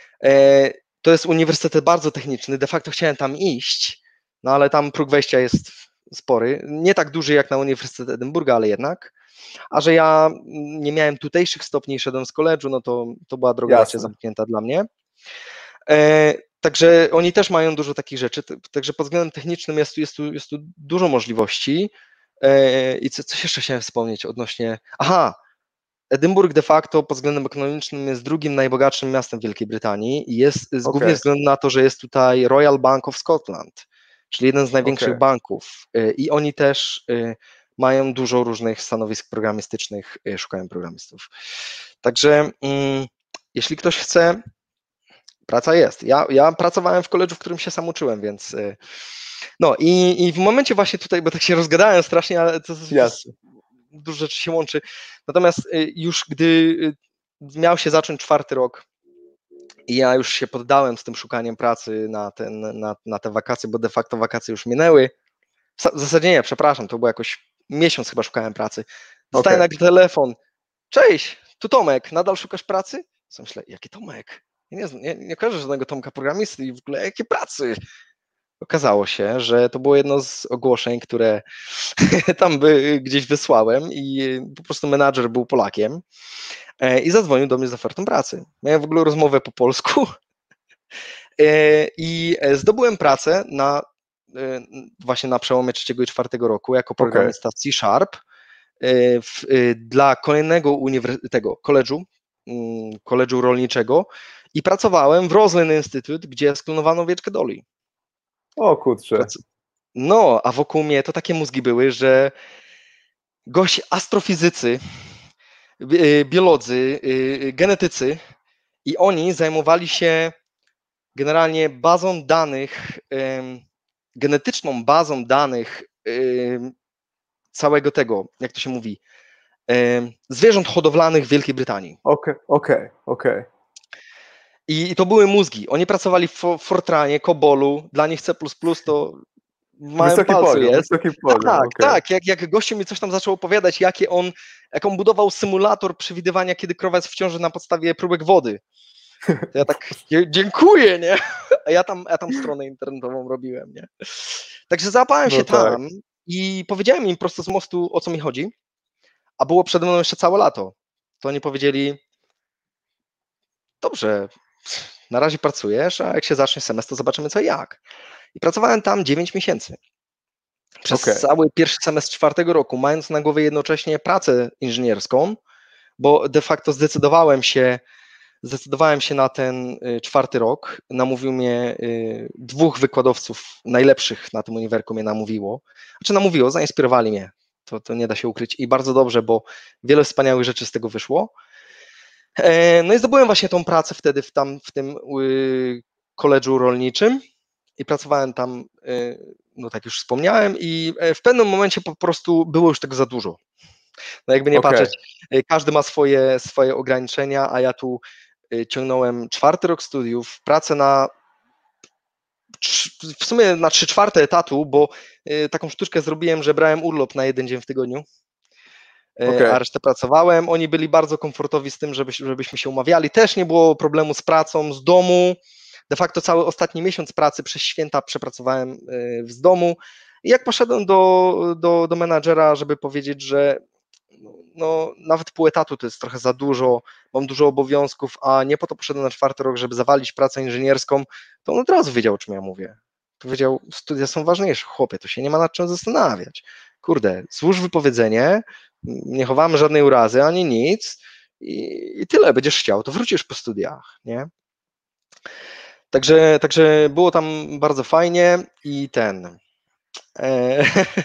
E, To jest uniwersytet bardzo techniczny, de facto chciałem tam iść, no ale tam próg wejścia jest spory, nie tak duży jak na Uniwersytet Edynburga, ale jednak, a że ja nie miałem tutejszych stopni i szedłem z koledżu, no to, to była droga Jasne. raczej zamknięta dla mnie. E, Także oni też mają dużo takich rzeczy, t- także pod względem technicznym jest tu, jest tu, jest tu dużo możliwości. E, I co, coś jeszcze chciałem wspomnieć odnośnie, aha, Edynburg de facto pod względem ekonomicznym jest drugim najbogatszym miastem Wielkiej Brytanii i jest z Okay. głównie ze względu na to, że jest tutaj Royal Bank of Scotland, czyli jeden z największych Okay. banków i oni też mają dużo różnych stanowisk programistycznych, szukają programistów. Także mm, jeśli ktoś chce, praca jest. Ja, ja pracowałem w koledżu, w którym się sam uczyłem, więc no i, i w momencie właśnie tutaj, bo tak się rozgadałem strasznie, ale to, to yes. dużo rzeczy się łączy. Natomiast już gdy miał się zacząć czwarty rok i ja już się poddałem z tym szukaniem pracy na, ten, na, na te wakacje, bo de facto wakacje już minęły. W zasadzie nie, przepraszam, to było jakoś miesiąc chyba szukałem pracy. Dostaję okay. nagle telefon. Cześć, tu Tomek, nadal szukasz pracy? Co myślę, jaki Tomek? Ja nie, nie, nie kojarzę żadnego Tomka programisty i w ogóle jakie pracy? Okazało się, że to było jedno z ogłoszeń, które tam by gdzieś wysłałem i po prostu menadżer był Polakiem i zadzwonił do mnie z ofertą pracy. Miałem w ogóle rozmowę po polsku i zdobyłem pracę na, właśnie na przełomie trzeciego i czwartego roku jako programista okay. C Sharp w, dla kolejnego uniwer- tego koledżu, koledżu rolniczego i pracowałem w Roslin Institute, gdzie sklonowano owieczkę Dolly. O kurczę. No, a wokół mnie to takie mózgi były, że gości astrofizycy, biolodzy, genetycy i oni zajmowali się generalnie bazą danych, genetyczną bazą danych całego tego, jak to się mówi, zwierząt hodowlanych w Wielkiej Brytanii. Okej, okay, okej, okay, okej. Okay. I to były mózgi. Oni pracowali w Fortranie, Cobolu, dla nich C plus plus to w małym wysoki palcu poziom, jest. Wysoki poziom, tak, okay. tak. Jak, jak gościu mi coś tam zaczął opowiadać, jakie on, jak on budował symulator przewidywania, kiedy krowa jest w ciąży na podstawie próbek wody. To ja tak, dziękuję, nie? A ja tam, ja tam stronę internetową robiłem, nie? Także załapałem się no tam tak. I powiedziałem im prosto z mostu, o co mi chodzi, a było przede mną jeszcze całe lato. To oni powiedzieli, dobrze, na razie pracujesz, a jak się zacznie semestr, to zobaczymy co i jak. I pracowałem tam dziewięć miesięcy. Przez okay. cały pierwszy semestr czwartego roku, mając na głowie jednocześnie pracę inżynierską, bo de facto zdecydowałem się, zdecydowałem się na ten czwarty rok. Namówił mnie dwóch wykładowców najlepszych na tym uniwersytecie mnie namówiło. Znaczy namówiło, zainspirowali mnie. To, to nie da się ukryć i bardzo dobrze, bo wiele wspaniałych rzeczy z tego wyszło. No i zdobyłem właśnie tą pracę wtedy w, tam, w tym koledżu rolniczym i pracowałem tam, no tak już wspomniałem, i w pewnym momencie po prostu było już tego za dużo. No jakby nie okay. patrzeć, każdy ma swoje, swoje ograniczenia, a ja tu ciągnąłem czwarty rok studiów, pracę na w sumie na trzy czwarte etatu, bo taką sztuczkę zrobiłem, że brałem urlop na jeden dzień w tygodniu. Okay. A resztę pracowałem. Oni byli bardzo komfortowi z tym, żeby, żebyśmy się umawiali. Też nie było problemu z pracą z domu. De facto cały ostatni miesiąc pracy przez święta przepracowałem z domu. I jak poszedłem do, do, do menadżera, żeby powiedzieć, że no, nawet pół etatu to jest trochę za dużo, mam dużo obowiązków, a nie po to poszedłem na czwarty rok, żeby zawalić pracę inżynierską, to on od razu wiedział, o czym ja mówię. Powiedział, studia są ważniejsze, chłopie, to się nie ma nad czym zastanawiać. Kurde, złóż wypowiedzenie, nie chowamy żadnej urazy, ani nic i, i tyle, będziesz chciał, to wrócisz po studiach, nie? Także, także było tam bardzo fajnie i ten... E,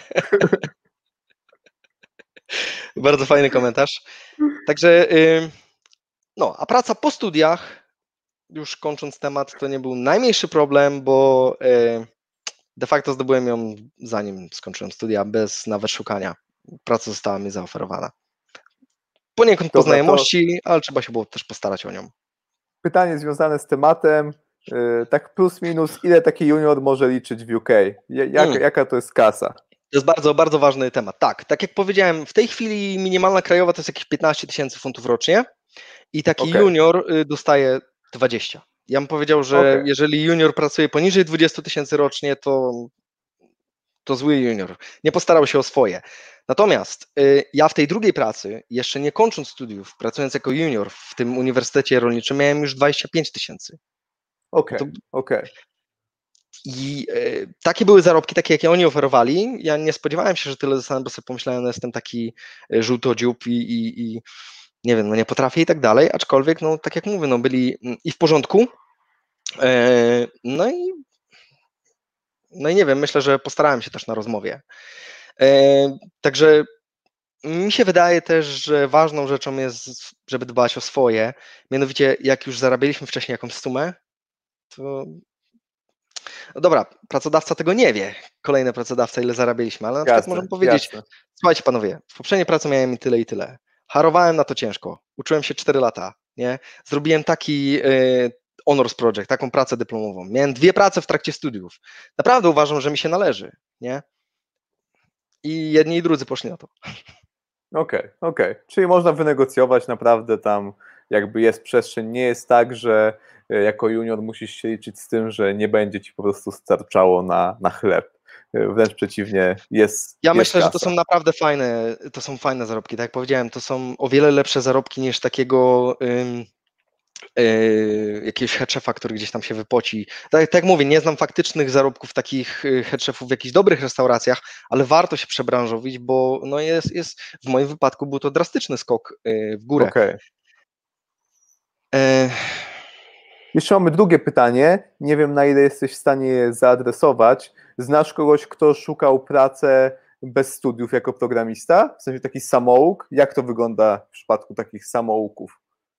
bardzo fajny komentarz. Także, no, a praca po studiach, już kończąc temat, to nie był najmniejszy problem, bo de facto zdobyłem ją zanim skończyłem studia, bez nawet szukania. Praca została mi zaoferowana. Poniekąd po znajomości, ale trzeba się było też postarać o nią. Pytanie związane z tematem, tak plus minus, ile taki junior może liczyć w U K? Jak, hmm. Jaka to jest kasa? To jest bardzo, bardzo ważny temat. Tak, tak jak powiedziałem, w tej chwili minimalna krajowa to jest jakieś piętnaście tysięcy funtów rocznie i taki okay. junior dostaje dwadzieścia. Ja bym powiedział, że okay. jeżeli junior pracuje poniżej dwadzieścia tysięcy rocznie, to, to zły junior. Nie postarał się o swoje. Natomiast y, ja w tej drugiej pracy, jeszcze nie kończąc studiów, pracując jako junior w tym uniwersytecie rolniczym, miałem już dwadzieścia pięć tysięcy. Okej, okay. okej. Okay. I y, takie były zarobki, takie jakie oni oferowali. Ja nie spodziewałem się, że tyle dostanę, bo sobie pomyślałem, że jestem taki żółtodziób i, i, i nie wiem, no nie potrafię i tak dalej, aczkolwiek, no tak jak mówię, no byli i w porządku, no i no i nie wiem, myślę, że postarałem się też na rozmowie. Także mi się wydaje też, że ważną rzeczą jest, żeby dbać o swoje, mianowicie jak już zarabialiśmy wcześniej jakąś sumę, to no dobra, pracodawca tego nie wie, kolejny pracodawca, ile zarabialiśmy, ale na przykład Jasne, możemy powiedzieć, jasne. słuchajcie panowie, w poprzedniej pracy miałem tyle i tyle, harowałem na to ciężko, uczyłem się cztery lata, nie? Zrobiłem taki y, honors project, taką pracę dyplomową, miałem dwie prace w trakcie studiów, naprawdę uważam, że mi się należy, nie? I jedni i drudzy poszli na to. Okej, okay, okej. Okay. Czyli można wynegocjować naprawdę tam, jakby jest przestrzeń. Nie jest tak, że jako junior musisz się liczyć z tym, że nie będzie ci po prostu starczało na, na chleb. Wręcz przeciwnie, jest Ja jest myślę, kasa. że to są naprawdę fajne, to są fajne zarobki, tak jak powiedziałem, to są o wiele lepsze zarobki niż takiego ym, yy, jakiegoś head chefa, który gdzieś tam się wypoci. Tak, tak jak mówię, nie znam faktycznych zarobków takich head chefów w jakichś dobrych restauracjach, ale warto się przebranżowić, bo no jest, jest, w moim wypadku był to drastyczny skok yy, w górę. Okay. Yy. Jeszcze mamy drugie pytanie. Nie wiem, na ile jesteś w stanie je zaadresować. Znasz kogoś, kto szukał pracy bez studiów jako programista? W sensie taki samouk? Jak to wygląda w przypadku takich samouków?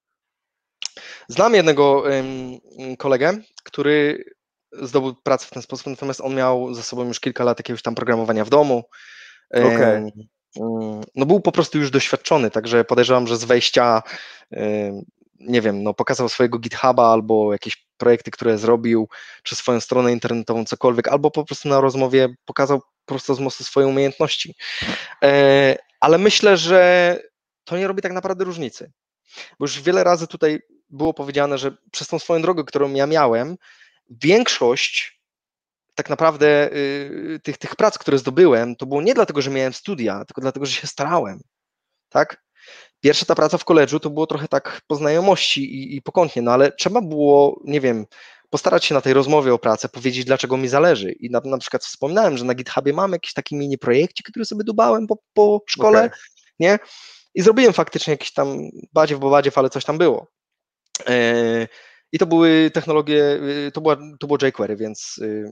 Znam jednego um, kolegę, który zdobył pracę w ten sposób, natomiast on miał za sobą już kilka lat jakiegoś tam programowania w domu. Okay. Um, no był po prostu już doświadczony, także podejrzewam, że z wejścia um, nie wiem, no pokazał swojego GitHuba albo jakieś projekty, które zrobił, czy swoją stronę internetową, cokolwiek, albo po prostu na rozmowie pokazał prosto z mostu swoje umiejętności. E, ale myślę, że to nie robi tak naprawdę różnicy, bo już wiele razy tutaj było powiedziane, że przez tą swoją drogę, którą ja miałem, większość tak naprawdę y, tych, tych prac, które zdobyłem, to było nie dlatego, że miałem studia, tylko dlatego, że się starałem, tak? Pierwsza ta praca w koledżu to było trochę tak po znajomości i, i pokątnie, no ale trzeba było, nie wiem, postarać się na tej rozmowie o pracę, powiedzieć, dlaczego mi zależy. I na, na przykład wspominałem, że na GitHubie mam jakiś taki mini projekcik, który sobie dubałem po, po szkole, okay. nie? I zrobiłem faktycznie jakiś tam badziew, bo badziew, ale coś tam było. Yy, I to były technologie, to, była, to było jQuery, więc yy,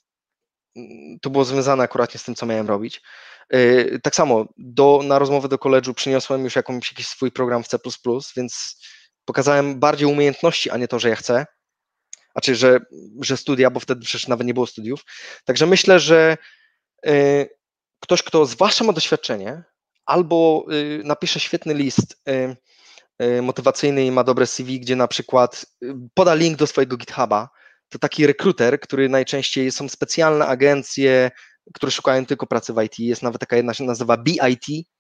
to było związane akurat z tym, co miałem robić. Yy, tak samo do, na rozmowę do koledżu przyniosłem już jakąś, jakiś swój program w C plus plus, więc pokazałem bardziej umiejętności, a nie to, że ja chcę, znaczy, że, że studia, bo wtedy przecież nawet nie było studiów. Także myślę, że yy, ktoś, kto zwłaszcza ma doświadczenie, albo yy, napisze świetny list yy, yy, motywacyjny i ma dobre C V, gdzie na przykład yy, poda link do swojego GitHuba, to taki rekruter, który najczęściej są specjalne agencje, które szukają tylko pracy w I T, jest nawet taka jedna się nazywa B I T,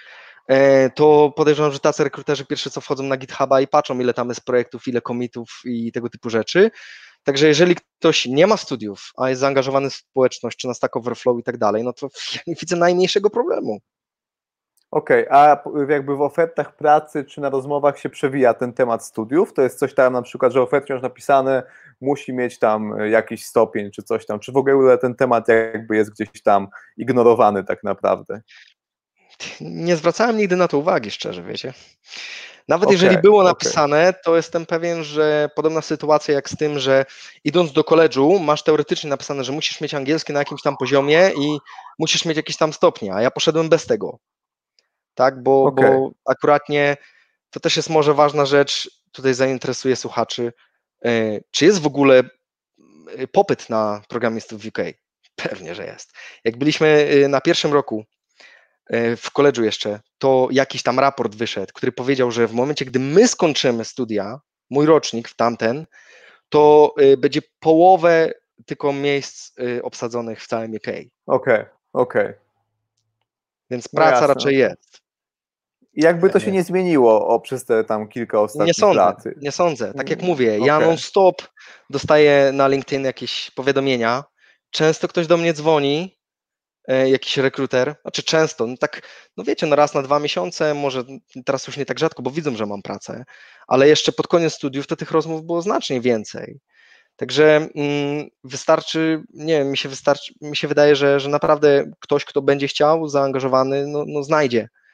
to podejrzewam, że tacy rekruterzy pierwsze co wchodzą na GitHuba i patrzą, ile tam jest projektów, ile commitów i tego typu rzeczy. Także jeżeli ktoś nie ma studiów, a jest zaangażowany w społeczność, czy na Stack Overflow i tak dalej, no to ja nie widzę najmniejszego problemu. Okej, okay, a jakby w ofertach pracy czy na rozmowach się przewija ten temat studiów? To jest coś tam na przykład, że w ofercie masz napisane, musi mieć tam jakiś stopień czy coś tam, czy w ogóle ten temat jakby jest gdzieś tam ignorowany tak naprawdę? Nie zwracałem nigdy na to uwagi, szczerze, wiecie. Nawet okay, jeżeli było okay. napisane, to jestem pewien, że podobna sytuacja jak z tym, że idąc do koledżu masz teoretycznie napisane, że musisz mieć angielski na jakimś tam poziomie i musisz mieć jakieś tam stopnie, a ja poszedłem bez tego. Tak, bo, okay. bo akuratnie to też jest może ważna rzecz, tutaj zainteresuje słuchaczy, czy jest w ogóle popyt na programistów w U K? Pewnie, że jest. Jak byliśmy na pierwszym roku w koledżu jeszcze, to jakiś tam raport wyszedł, który powiedział, że w momencie, gdy my skończymy studia, mój rocznik w tamten, to będzie połowę tylko miejsc obsadzonych w całym U K. Okej, okay, okej. Okay. Więc praca no raczej jest. I jakby to się nie zmieniło o, przez te tam kilka ostatnich nie sądzę, lat? Nie sądzę, tak jak mówię, okay. ja non-stop dostaję na LinkedIn jakieś powiadomienia, często ktoś do mnie dzwoni, jakiś rekruter, znaczy często, no tak, no wiecie, no raz na dwa miesiące, może teraz już nie tak rzadko, bo widzą, że mam pracę, ale jeszcze pod koniec studiów to tych rozmów było znacznie więcej. Także mm, wystarczy, nie wiem, mi się wystarczy, mi się wydaje, że, że naprawdę ktoś, kto będzie chciał, zaangażowany, no, no znajdzie,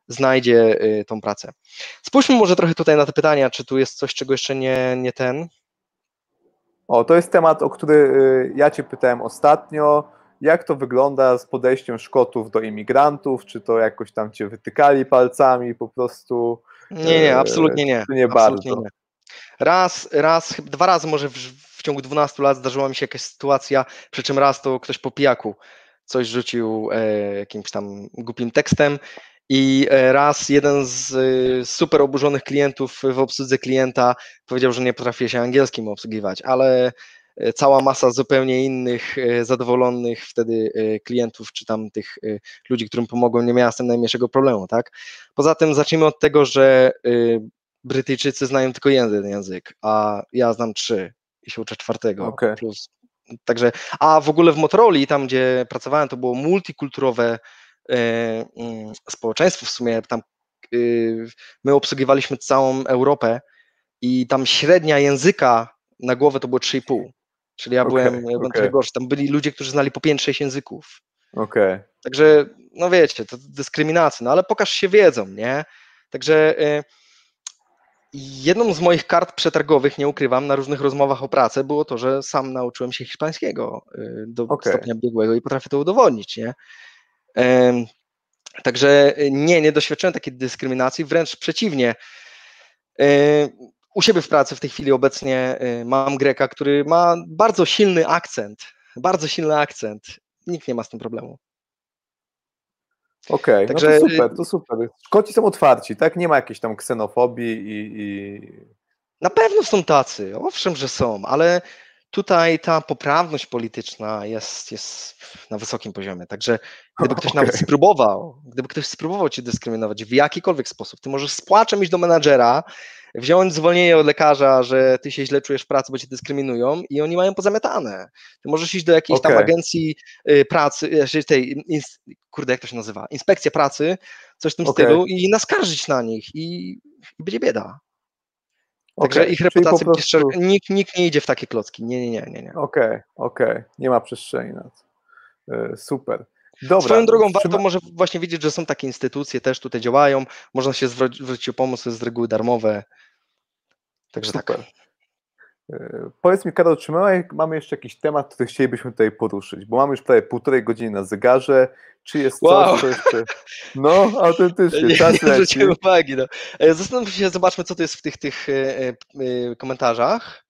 znajdzie tą pracę. Spójrzmy może trochę tutaj na te pytania, czy tu jest coś, czego jeszcze nie, nie ten. O, to jest temat, o który ja Cię pytałem ostatnio. Jak to wygląda z podejściem Szkotów do imigrantów? Czy to jakoś tam Cię wytykali palcami po prostu? Nie, nie, absolutnie nie. Czy nie absolutnie bardzo? Nie. Raz, raz, dwa razy może w, w ciągu dwunastu lat zdarzyła mi się jakaś sytuacja, przy czym raz to ktoś po pijaku coś rzucił e, jakimś tam głupim tekstem i e, raz jeden z e, super oburzonych klientów w obsłudze klienta powiedział, że nie potrafi się angielskim obsługiwać, ale e, cała masa zupełnie innych e, zadowolonych wtedy e, klientów, czy tam tych e, ludzi, którym pomogłem, nie miała z tym najmniejszego problemu, tak? Poza tym zacznijmy od tego, że e, Brytyjczycy znają tylko jeden język, a ja znam trzy i się uczę czwartego. Okay. Plus, także, a w ogóle w Motorola, tam gdzie pracowałem, to było multikulturowe e, mm, społeczeństwo w sumie. Tam e, my obsługiwaliśmy całą Europę i tam średnia języka na głowę to było trzy i pół. Czyli ja Okay, byłem, ja byłem okay. trochę gorszy. Tam byli ludzie, którzy znali po pięć, sześć języków. Okay. Także, no wiecie, to dyskryminacja, no ale pokaż się wiedzą, nie? Także e, jedną z moich kart przetargowych, nie ukrywam, na różnych rozmowach o pracę było to, że sam nauczyłem się hiszpańskiego do Okay. stopnia biegłego i potrafię to udowodnić, nie? Także nie, nie doświadczyłem takiej dyskryminacji, wręcz przeciwnie. U siebie w pracy w tej chwili obecnie mam Greka, który ma bardzo silny akcent, bardzo silny akcent. Nikt nie ma z tym problemu. Okej, okay, no to super, to super. Szkoci są otwarci, tak? Nie ma jakiejś tam ksenofobii i, i... Na pewno są tacy, owszem, że są, ale tutaj ta poprawność polityczna jest, jest na wysokim poziomie, także gdyby ktoś okay. nawet spróbował, gdyby ktoś spróbował cię dyskryminować w jakikolwiek sposób, ty możesz z płaczem iść do menadżera, wziąć zwolnienie od lekarza, że ty się źle czujesz w pracy, bo cię dyskryminują i oni mają pozamiatane. Ty możesz iść do jakiejś okay. tam agencji pracy, tej, kurde, jak to się nazywa, inspekcja pracy, coś w tym okay. stylu i naskarżyć na nich i, i będzie bieda. Także okay. ich reputacja, prostu... nikt, nikt nie idzie w takie klocki, nie, nie, nie. nie. Okej, okay, okej, okay. Nie ma przestrzeni na to. Yy, super. Dobra. Swoją drogą warto może właśnie wiedzieć, że są takie instytucje, też tutaj działają, można się zwrócić o pomoc, to jest z reguły darmowe. Także super. tak. Yy, powiedz mi, Karol, czy mamy, mamy jeszcze jakiś temat, który chcielibyśmy tutaj poruszyć? Bo mamy już prawie półtorej godziny na zegarze. Czy jest wow. coś, co jeszcze... No, autentycznie, nie, czas nie zwróciłem uwagi. No. Zastanówmy się, zobaczmy, co to jest w tych, tych yy, yy, komentarzach.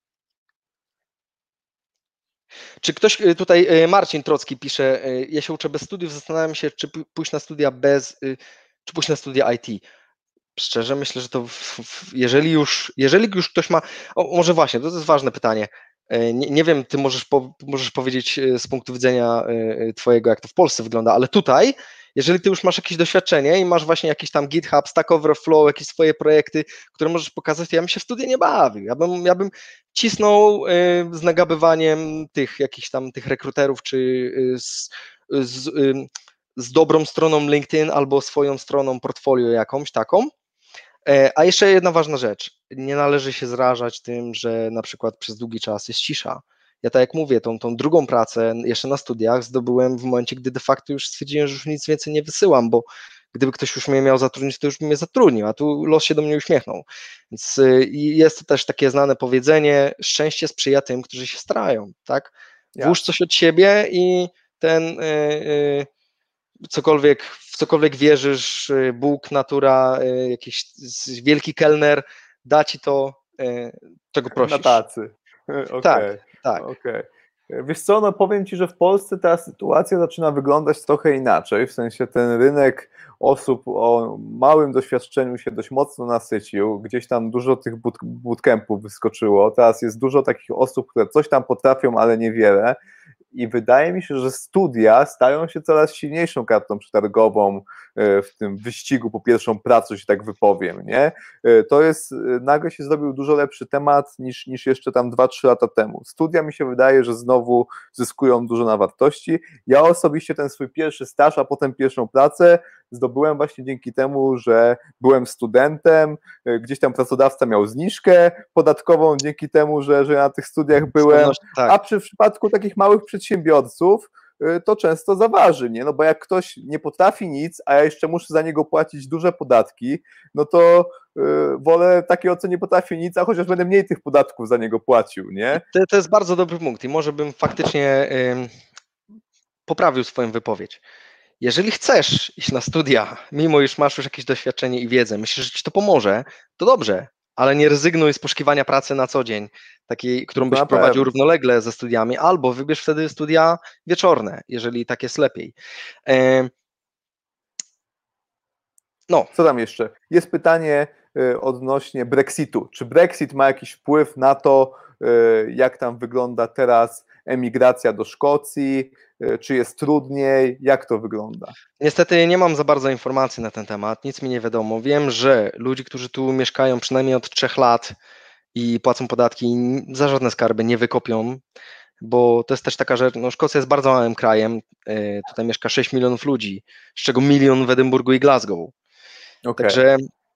Czy ktoś tutaj, Marcin Trocki pisze, ja się uczę bez studiów, zastanawiam się, czy pójść na studia bez, czy pójść na studia I T. Szczerze myślę, że to jeżeli już, jeżeli już ktoś ma, o, może właśnie, to jest ważne pytanie, nie, nie wiem, ty możesz, po, możesz powiedzieć z punktu widzenia twojego, jak to w Polsce wygląda, ale tutaj, jeżeli ty już masz jakieś doświadczenie i masz właśnie jakiś tam GitHub, Stack Overflow, jakieś swoje projekty, które możesz pokazać, to ja bym się w studiach nie bawił, ja bym, ja bym cisnął z nagabywaniem tych jakichś tam tych rekruterów, czy z, z, z dobrą stroną LinkedIn albo swoją stroną portfolio jakąś taką. A jeszcze jedna ważna rzecz, nie należy się zrażać tym, że na przykład przez długi czas jest cisza. Ja tak jak mówię, tą, tą drugą pracę jeszcze na studiach zdobyłem w momencie, gdy de facto już stwierdziłem, że już nic więcej nie wysyłam, bo gdyby ktoś już mnie miał zatrudnić, to już by mnie zatrudnił, a tu los się do mnie uśmiechnął. Więc jest to też takie znane powiedzenie, szczęście sprzyja tym, którzy się starają, tak? Włóż coś od siebie i ten yy, yy, cokolwiek, w cokolwiek wierzysz, Bóg, natura, yy, jakiś wielki kelner da ci to, yy, czego prosisz. Na tacy. Okay. Tak, tak. Okay. Wiesz co, no powiem Ci, że w Polsce ta sytuacja zaczyna wyglądać trochę inaczej, w sensie ten rynek osób o małym doświadczeniu się dość mocno nasycił, gdzieś tam dużo tych boot, bootcampów wyskoczyło, teraz jest dużo takich osób, które coś tam potrafią, ale niewiele i wydaje mi się, że studia stają się coraz silniejszą kartą przetargową w tym wyścigu po pierwszą pracę, że tak wypowiem, nie? To jest, nagle się zrobił dużo lepszy temat niż, niż jeszcze tam dwa trzy lata temu. Studia mi się wydaje, że znowu zyskują dużo na wartości. Ja osobiście ten swój pierwszy staż, a potem pierwszą pracę zdobyłem właśnie dzięki temu, że byłem studentem, gdzieś tam pracodawca miał zniżkę podatkową dzięki temu, że, że na tych studiach byłem, tak. A przy w przypadku takich małych przedsiębiorców to często zaważy, nie? No bo jak ktoś nie potrafi nic, a ja jeszcze muszę za niego płacić duże podatki, no to wolę takiego, co nie potrafi nic, a chociaż będę mniej tych podatków za niego płacił, nie? To, to jest bardzo dobry punkt i może bym faktycznie y, poprawił swoją wypowiedź. Jeżeli chcesz iść na studia, mimo iż masz już jakieś doświadczenie i wiedzę, myślisz, że ci to pomoże, to dobrze, ale nie rezygnuj z poszukiwania pracy na co dzień, takiej, którą byś prowadził równolegle ze studiami, albo wybierz wtedy studia wieczorne, jeżeli tak jest lepiej. E... No. Co tam jeszcze? Jest pytanie odnośnie Brexitu. Czy Brexit ma jakiś wpływ na to, jak tam wygląda teraz emigracja do Szkocji? Czy jest trudniej? Jak to wygląda? Niestety nie mam za bardzo informacji na ten temat, nic mi nie wiadomo. Wiem, że ludzi, którzy tu mieszkają przynajmniej od trzech lat i płacą podatki, za żadne skarby nie wykopią, bo to jest też taka rzecz, no Szkocja jest bardzo małym krajem, tutaj mieszka sześć milionów ludzi, z czego milion w Edynburgu i Glasgow. Okay. Także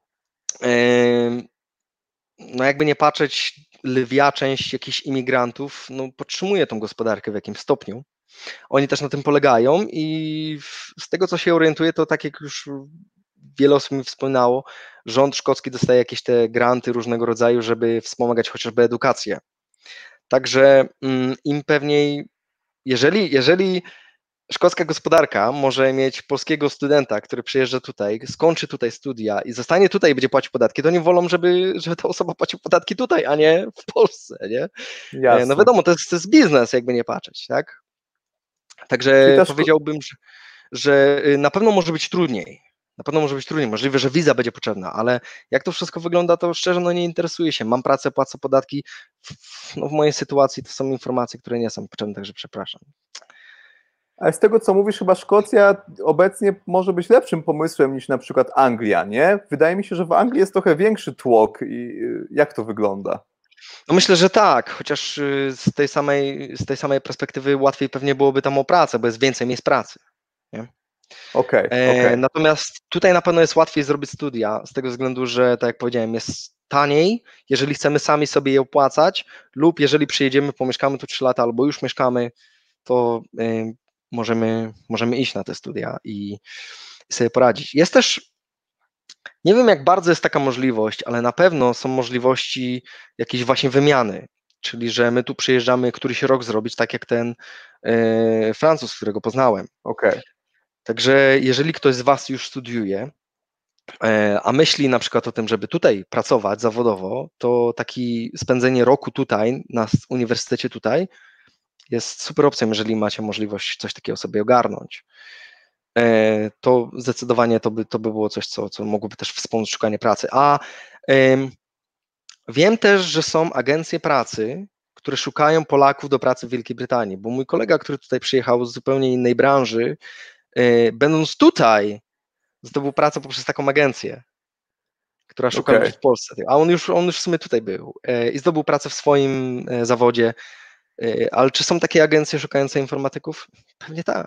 no jakby nie patrzeć, lwia część jakichś imigrantów no, podtrzymuje tą gospodarkę w jakimś stopniu. Oni też na tym polegają i z tego, co się orientuję, to tak jak już wiele osób mi wspominało, rząd szkocki dostaje jakieś te granty różnego rodzaju, żeby wspomagać chociażby edukację. Także im pewniej, jeżeli, jeżeli szkocka gospodarka może mieć polskiego studenta, który przyjeżdża tutaj, skończy tutaj studia i zostanie tutaj i będzie płacił podatki, to oni wolą, żeby, żeby ta osoba płaciła podatki tutaj, a nie w Polsce, nie? Jasne. No wiadomo, to jest, to jest biznes, jakby nie patrzeć, tak? Także też powiedziałbym, że, że na pewno może być trudniej, na pewno może być trudniej, możliwe, że wiza będzie potrzebna, ale jak to wszystko wygląda, to szczerze no nie interesuje się, mam pracę, płacę podatki, no w mojej sytuacji to są informacje, które nie są potrzebne, także przepraszam. Ale z tego, co mówisz, chyba Szkocja obecnie może być lepszym pomysłem niż na przykład Anglia, nie? Wydaje mi się, że w Anglii jest trochę większy tłok i jak to wygląda? No myślę, że tak, chociaż z tej samej, z tej samej perspektywy łatwiej pewnie byłoby tam o pracę, bo jest więcej miejsc pracy. Nie? Okay, okay. Natomiast tutaj na pewno jest łatwiej zrobić studia, z tego względu, że tak jak powiedziałem, jest taniej, jeżeli chcemy sami sobie je opłacać, lub jeżeli przyjedziemy, pomieszkamy tu trzy lata, albo już mieszkamy, to y, możemy, możemy iść na te studia i, i sobie poradzić. Jest też, nie wiem jak bardzo jest taka możliwość, ale na pewno są możliwości jakiejś właśnie wymiany, czyli że my tu przyjeżdżamy któryś rok zrobić, tak jak ten y, Francuz, którego poznałem. Okay. Także jeżeli ktoś z Was już studiuje, y, a myśli na przykład o tym, żeby tutaj pracować zawodowo, to taki spędzenie roku tutaj, na uniwersytecie tutaj, jest super opcją, jeżeli macie możliwość coś takiego sobie ogarnąć. To zdecydowanie to by, to by było coś, co, co mogłoby też wspomóc szukanie pracy. A ym, wiem też, że są agencje pracy, które szukają Polaków do pracy w Wielkiej Brytanii, bo mój kolega, który tutaj przyjechał z zupełnie innej branży, yy, będąc tutaj, zdobył pracę poprzez taką agencję, która szuka okay. ludzi w Polsce, a on już, on już w sumie tutaj był yy, i zdobył pracę w swoim yy, zawodzie. Ale czy są takie agencje szukające informatyków? Pewnie tak.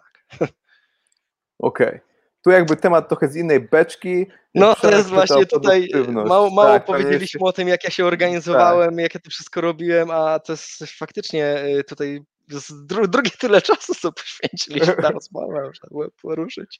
Okej. Okay. Tu jakby temat trochę z innej beczki. No to jest właśnie tutaj, mało, mało tak, powiedzieliśmy jest... o tym, jak ja się organizowałem, tak. jak ja to wszystko robiłem, a to jest faktycznie tutaj dru drugie tyle czasu, co poświęciliśmy na rozmowę, można było poruszyć.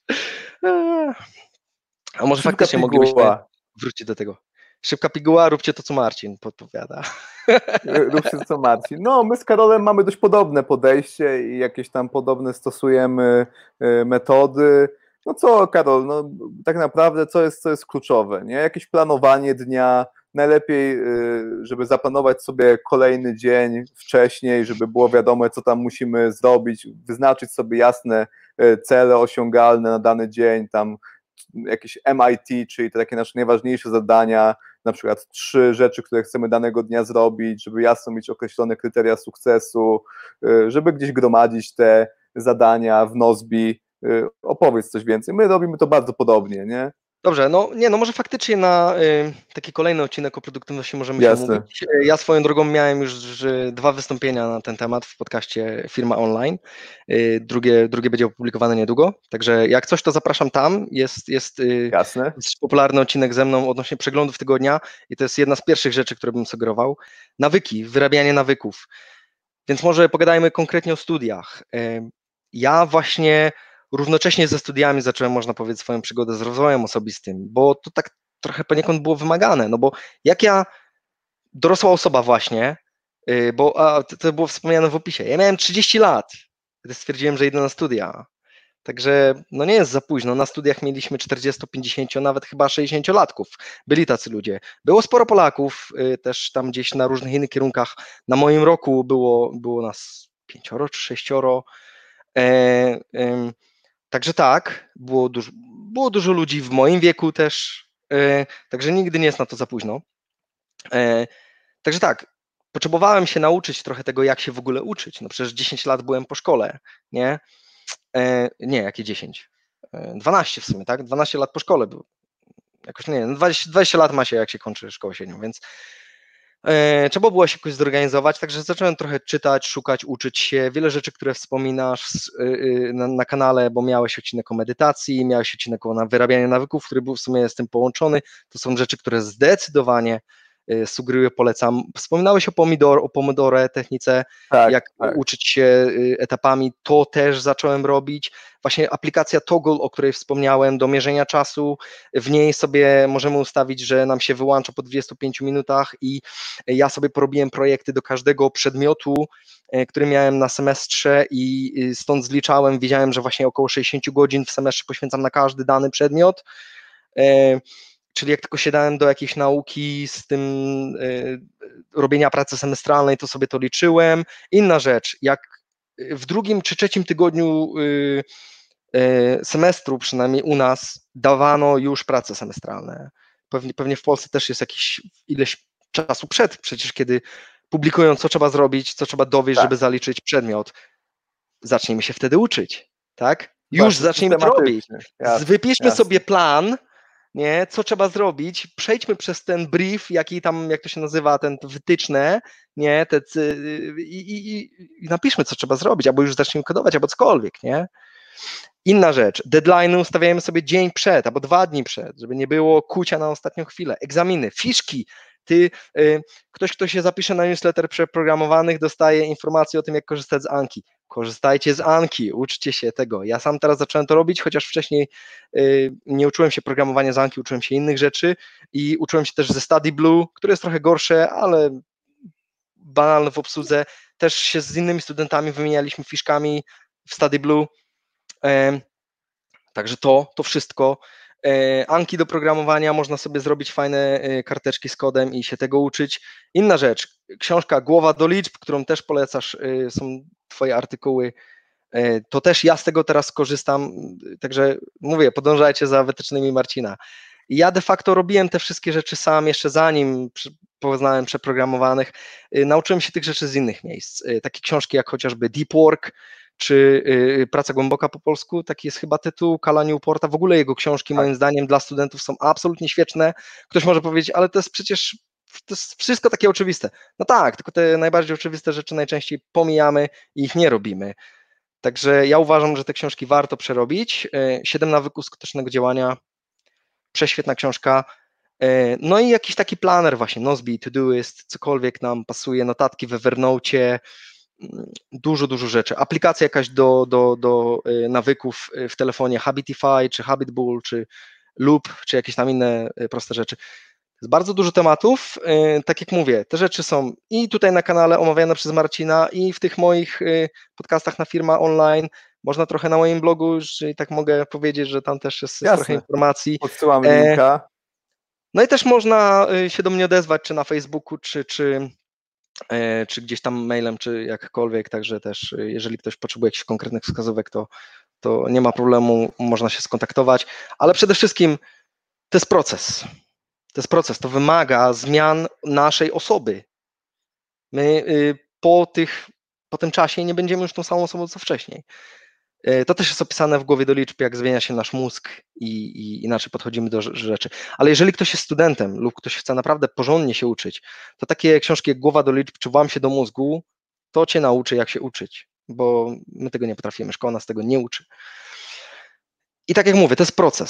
A może Szybka faktycznie piguła. moglibyśmy wrócić do tego. Szybka piguła, róbcie to, co Marcin podpowiada. Róbcie to, co Marcin. No, my z Karolem mamy dość podobne podejście i jakieś tam podobne stosujemy metody. No co, Karol, no tak naprawdę co jest, co jest kluczowe, nie? Jakieś planowanie dnia, najlepiej, żeby zaplanować sobie kolejny dzień wcześniej, żeby było wiadomo, co tam musimy zrobić, wyznaczyć sobie jasne cele osiągalne na dany dzień, tam jakieś M I T, czyli te takie nasze najważniejsze zadania, na przykład trzy rzeczy, które chcemy danego dnia zrobić, żeby jasno mieć określone kryteria sukcesu, żeby gdzieś gromadzić te zadania w Nozbi. Opowiedz coś więcej. My robimy to bardzo podobnie, nie? Dobrze, no nie, no może faktycznie na y, taki kolejny odcinek o produktywności możemy Jasne. się mówić. Ja swoją drogą miałem już y, dwa wystąpienia na ten temat w podcaście Firma Online. Y, drugie, drugie będzie opublikowane niedługo, także jak coś, to zapraszam tam. Jest, jest, y, Jasne. jest popularny odcinek ze mną odnośnie przeglądów tygodnia i to jest jedna z pierwszych rzeczy, które bym sugerował. Nawyki, wyrabianie nawyków. Więc może pogadajmy konkretnie o studiach. Y, ja właśnie równocześnie ze studiami zacząłem, można powiedzieć, swoją przygodę z rozwojem osobistym, bo to tak trochę poniekąd było wymagane, no bo jak ja, dorosła osoba właśnie, bo a, to było wspomniane w opisie, ja miałem trzydzieści lat, gdy stwierdziłem, że idę na studia. Także no nie jest za późno. Na studiach mieliśmy czterdzieści, pięćdziesiąt, nawet chyba sześćdziesięciolatków. Byli tacy ludzie. Było sporo Polaków, y, też tam gdzieś na różnych innych kierunkach. Na moim roku było, było nas pięcioro czy sześcioro. E, e, także tak, było dużo, było dużo ludzi w moim wieku też. E, także nigdy nie jest na to za późno. E, także tak, potrzebowałem się nauczyć trochę tego, jak się w ogóle uczyć. No przecież dziesięć lat byłem po szkole, nie? E, nie, jakie dziesięć? E, dwanaście w sumie, tak? dwanaście lat po szkole był. Jakoś nie, no dwadzieścia, dwadzieścia lat ma się, jak się kończy szkołę średnią, więc e, trzeba było się jakoś zorganizować, także zacząłem trochę czytać, szukać, uczyć się. Wiele rzeczy, które wspominasz e, e, na, na kanale, bo miałeś odcinek o medytacji, miałeś odcinek o na wyrabianiu nawyków, który był w sumie z tym połączony. To są rzeczy, które zdecydowanie sugeruję, polecam. Wspominałeś o pomidor, o pomodore technice, tak, jak tak. uczyć się etapami, to też zacząłem robić. Właśnie aplikacja Toggle, o której wspomniałem, do mierzenia czasu, w niej sobie możemy ustawić, że nam się wyłącza po dwudziestu pięciu minutach i ja sobie porobiłem projekty do każdego przedmiotu, który miałem na semestrze i stąd zliczałem, wiedziałem, że właśnie około sześćdziesiąt godzin w semestrze poświęcam na każdy dany przedmiot. Czyli jak tylko siadałem do jakiejś nauki z tym y, robienia pracy semestralnej, to sobie to liczyłem. Inna rzecz, jak w drugim czy trzecim tygodniu y, y, semestru, przynajmniej u nas, dawano już prace semestralne. Pewnie, pewnie w Polsce też jest jakiś ileś czasu przed, przecież kiedy publikują, co trzeba zrobić, co trzeba dowieść, tak. żeby zaliczyć przedmiot. Zacznijmy się wtedy uczyć, tak? Już Właśnie zacznijmy to robić. Jasne, Wypiszmy jasne. sobie plan, nie, co trzeba zrobić, przejdźmy przez ten brief, jaki tam, jak to się nazywa, ten wytyczne, nie, te, i, i, i napiszmy, co trzeba zrobić, albo już zacznijmy kodować, albo cokolwiek, nie. Inna rzecz, deadline'y ustawiamy sobie dzień przed, albo dwa dni przed, żeby nie było kucia na ostatnią chwilę, egzaminy, fiszki, ty, y, ktoś, kto się zapisze na newsletter przeprogramowanych, dostaje informacje o tym, jak korzystać z Anki. Korzystajcie z Anki, uczcie się tego. Ja sam teraz zacząłem to robić, chociaż wcześniej y, nie uczyłem się programowania z Anki, uczyłem się innych rzeczy i uczyłem się też ze Study Blue, które jest trochę gorsze, ale banalne w obsłudze. Też się z innymi studentami wymienialiśmy fiszkami w Study Blue. Y, także to, to wszystko. Anki do programowania, można sobie zrobić fajne karteczki z kodem i się tego uczyć. Inna rzecz, książka Głowa do liczb, którą też polecasz, są twoje artykuły, to też ja z tego teraz korzystam, także mówię, podążajcie za wytycznymi Marcina. Ja de facto robiłem te wszystkie rzeczy sam, jeszcze zanim poznałem przeprogramowanych, nauczyłem się tych rzeczy z innych miejsc, takie książki jak chociażby Deep Work, czy y, Praca głęboka po polsku, taki jest chyba tytuł Cala Newporta, w ogóle jego książki tak. moim zdaniem dla studentów są absolutnie świetne. Ktoś może powiedzieć, ale to jest przecież to jest wszystko takie oczywiste. No tak, tylko te najbardziej oczywiste rzeczy najczęściej pomijamy i ich nie robimy. Także ja uważam, że te książki warto przerobić. Siedem nawyków skutecznego działania, prześwietna książka. No i jakiś taki planer właśnie, Nozbe, Todoist, cokolwiek nam pasuje, notatki w Evernote, dużo, dużo rzeczy. Aplikacja jakaś do, do, do nawyków w telefonie, Habitify, czy Habitbull, czy Loop, czy jakieś tam inne proste rzeczy. Jest bardzo dużo tematów, tak jak mówię, te rzeczy są i tutaj na kanale omawiane przez Marcina, i w tych moich podcastach na Firma Online, można trochę na moim blogu, jeżeli tak mogę powiedzieć, że tam też jest, jest trochę informacji. Odsyłam linka. No i też można się do mnie odezwać, czy na Facebooku, czy, czy czy gdzieś tam mailem, czy jakkolwiek, także też jeżeli ktoś potrzebuje jakichś konkretnych wskazówek, to, to nie ma problemu, można się skontaktować, ale przede wszystkim to jest proces, to jest proces, to wymaga zmian naszej osoby. My po, tych, po tym czasie nie będziemy już tą samą osobą, co wcześniej. To też jest opisane w Głowie do liczb, jak zmienia się nasz mózg i, i inaczej podchodzimy do rzeczy. Ale jeżeli ktoś jest studentem lub ktoś chce naprawdę porządnie się uczyć, to takie książki jak Głowa do liczb czy Włam się do mózgu, to cię nauczy, jak się uczyć, bo my tego nie potrafimy, szkoła nas tego nie uczy. I tak jak mówię, to jest proces.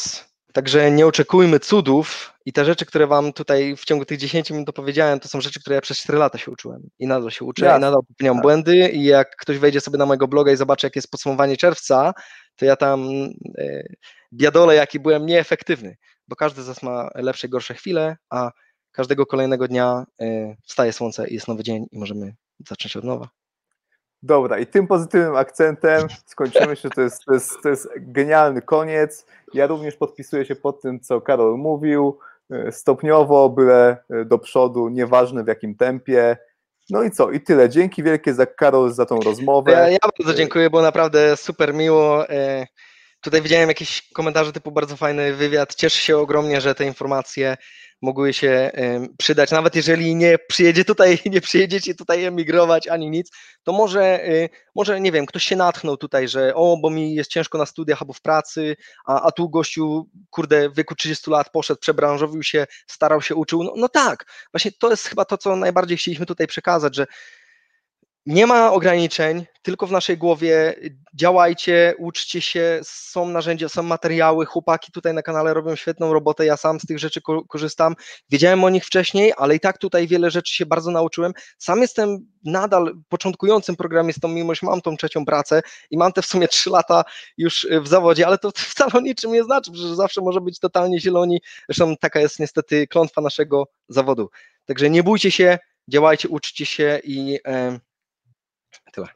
Także nie oczekujmy cudów i te rzeczy, które wam tutaj w ciągu tych dziesięciu minut opowiedziałem, to są rzeczy, które ja przez cztery lata się uczyłem i nadal się uczę Jasne, i nadal popełniam tak. błędy i jak ktoś wejdzie sobie na mojego bloga i zobaczy, jakie jest podsumowanie czerwca, to ja tam e, biadolę, jaki byłem nieefektywny, bo każdy z nas ma lepsze i gorsze chwile, a każdego kolejnego dnia e, wstaje słońce i jest nowy dzień i możemy zacząć od nowa. Dobra, i tym pozytywnym akcentem skończymy się, to jest, to, jest, to jest genialny koniec. Ja również podpisuję się pod tym, co Karol mówił, stopniowo, byle do przodu, nieważne w jakim tempie. No i co, i tyle. Dzięki wielkie za Karol za tą rozmowę. Ja, ja bardzo dziękuję, było naprawdę super miło. Tutaj widziałem jakieś komentarze typu bardzo fajny wywiad. Cieszę się ogromnie, że te informacje mogły się przydać. Nawet jeżeli nie przyjedzie tutaj, nie przyjedziecie tutaj emigrować ani nic, to może, może nie wiem, ktoś się natchnął tutaj, że o, bo mi jest ciężko na studiach albo w pracy, a, a tu gościu, kurde, w wieku trzydziestu lat poszedł, przebranżowił się, starał się, uczył. No, no tak, właśnie to jest chyba to, co najbardziej chcieliśmy tutaj przekazać, że nie ma ograniczeń, tylko w naszej głowie, działajcie, uczcie się, są narzędzia, są materiały, chłopaki tutaj na kanale robią świetną robotę, ja sam z tych rzeczy korzystam, wiedziałem o nich wcześniej, ale i tak tutaj wiele rzeczy się bardzo nauczyłem, sam jestem nadal początkującym programistą, mimo że mam tą trzecią pracę i mam te w sumie trzy lata już w zawodzie, ale to wcale o niczym nie znaczy, że zawsze może być totalnie zieloni, zresztą taka jest niestety klątwa naszego zawodu, także nie bójcie się, działajcie, uczcie się i e, tyle.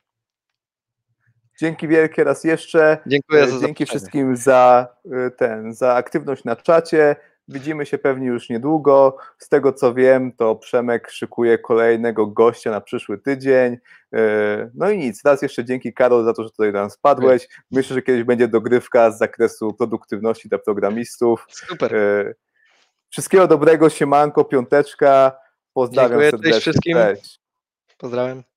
Dzięki wielkie raz jeszcze. Dziękuję za Dzięki zaproszenie. wszystkim za ten, za aktywność na czacie. Widzimy się pewnie już niedługo. Z tego co wiem, to Przemek szykuje kolejnego gościa na przyszły tydzień. No i nic, raz jeszcze dzięki Karol za to, że tutaj do nas wpadłeś. Myślę, że kiedyś będzie dogrywka z zakresu produktywności dla programistów. Super. Wszystkiego dobrego, siemanko, piąteczka. Pozdrawiam Dziękuję, serdecznie. cześć wszystkim. Cześć. Pozdrawiam.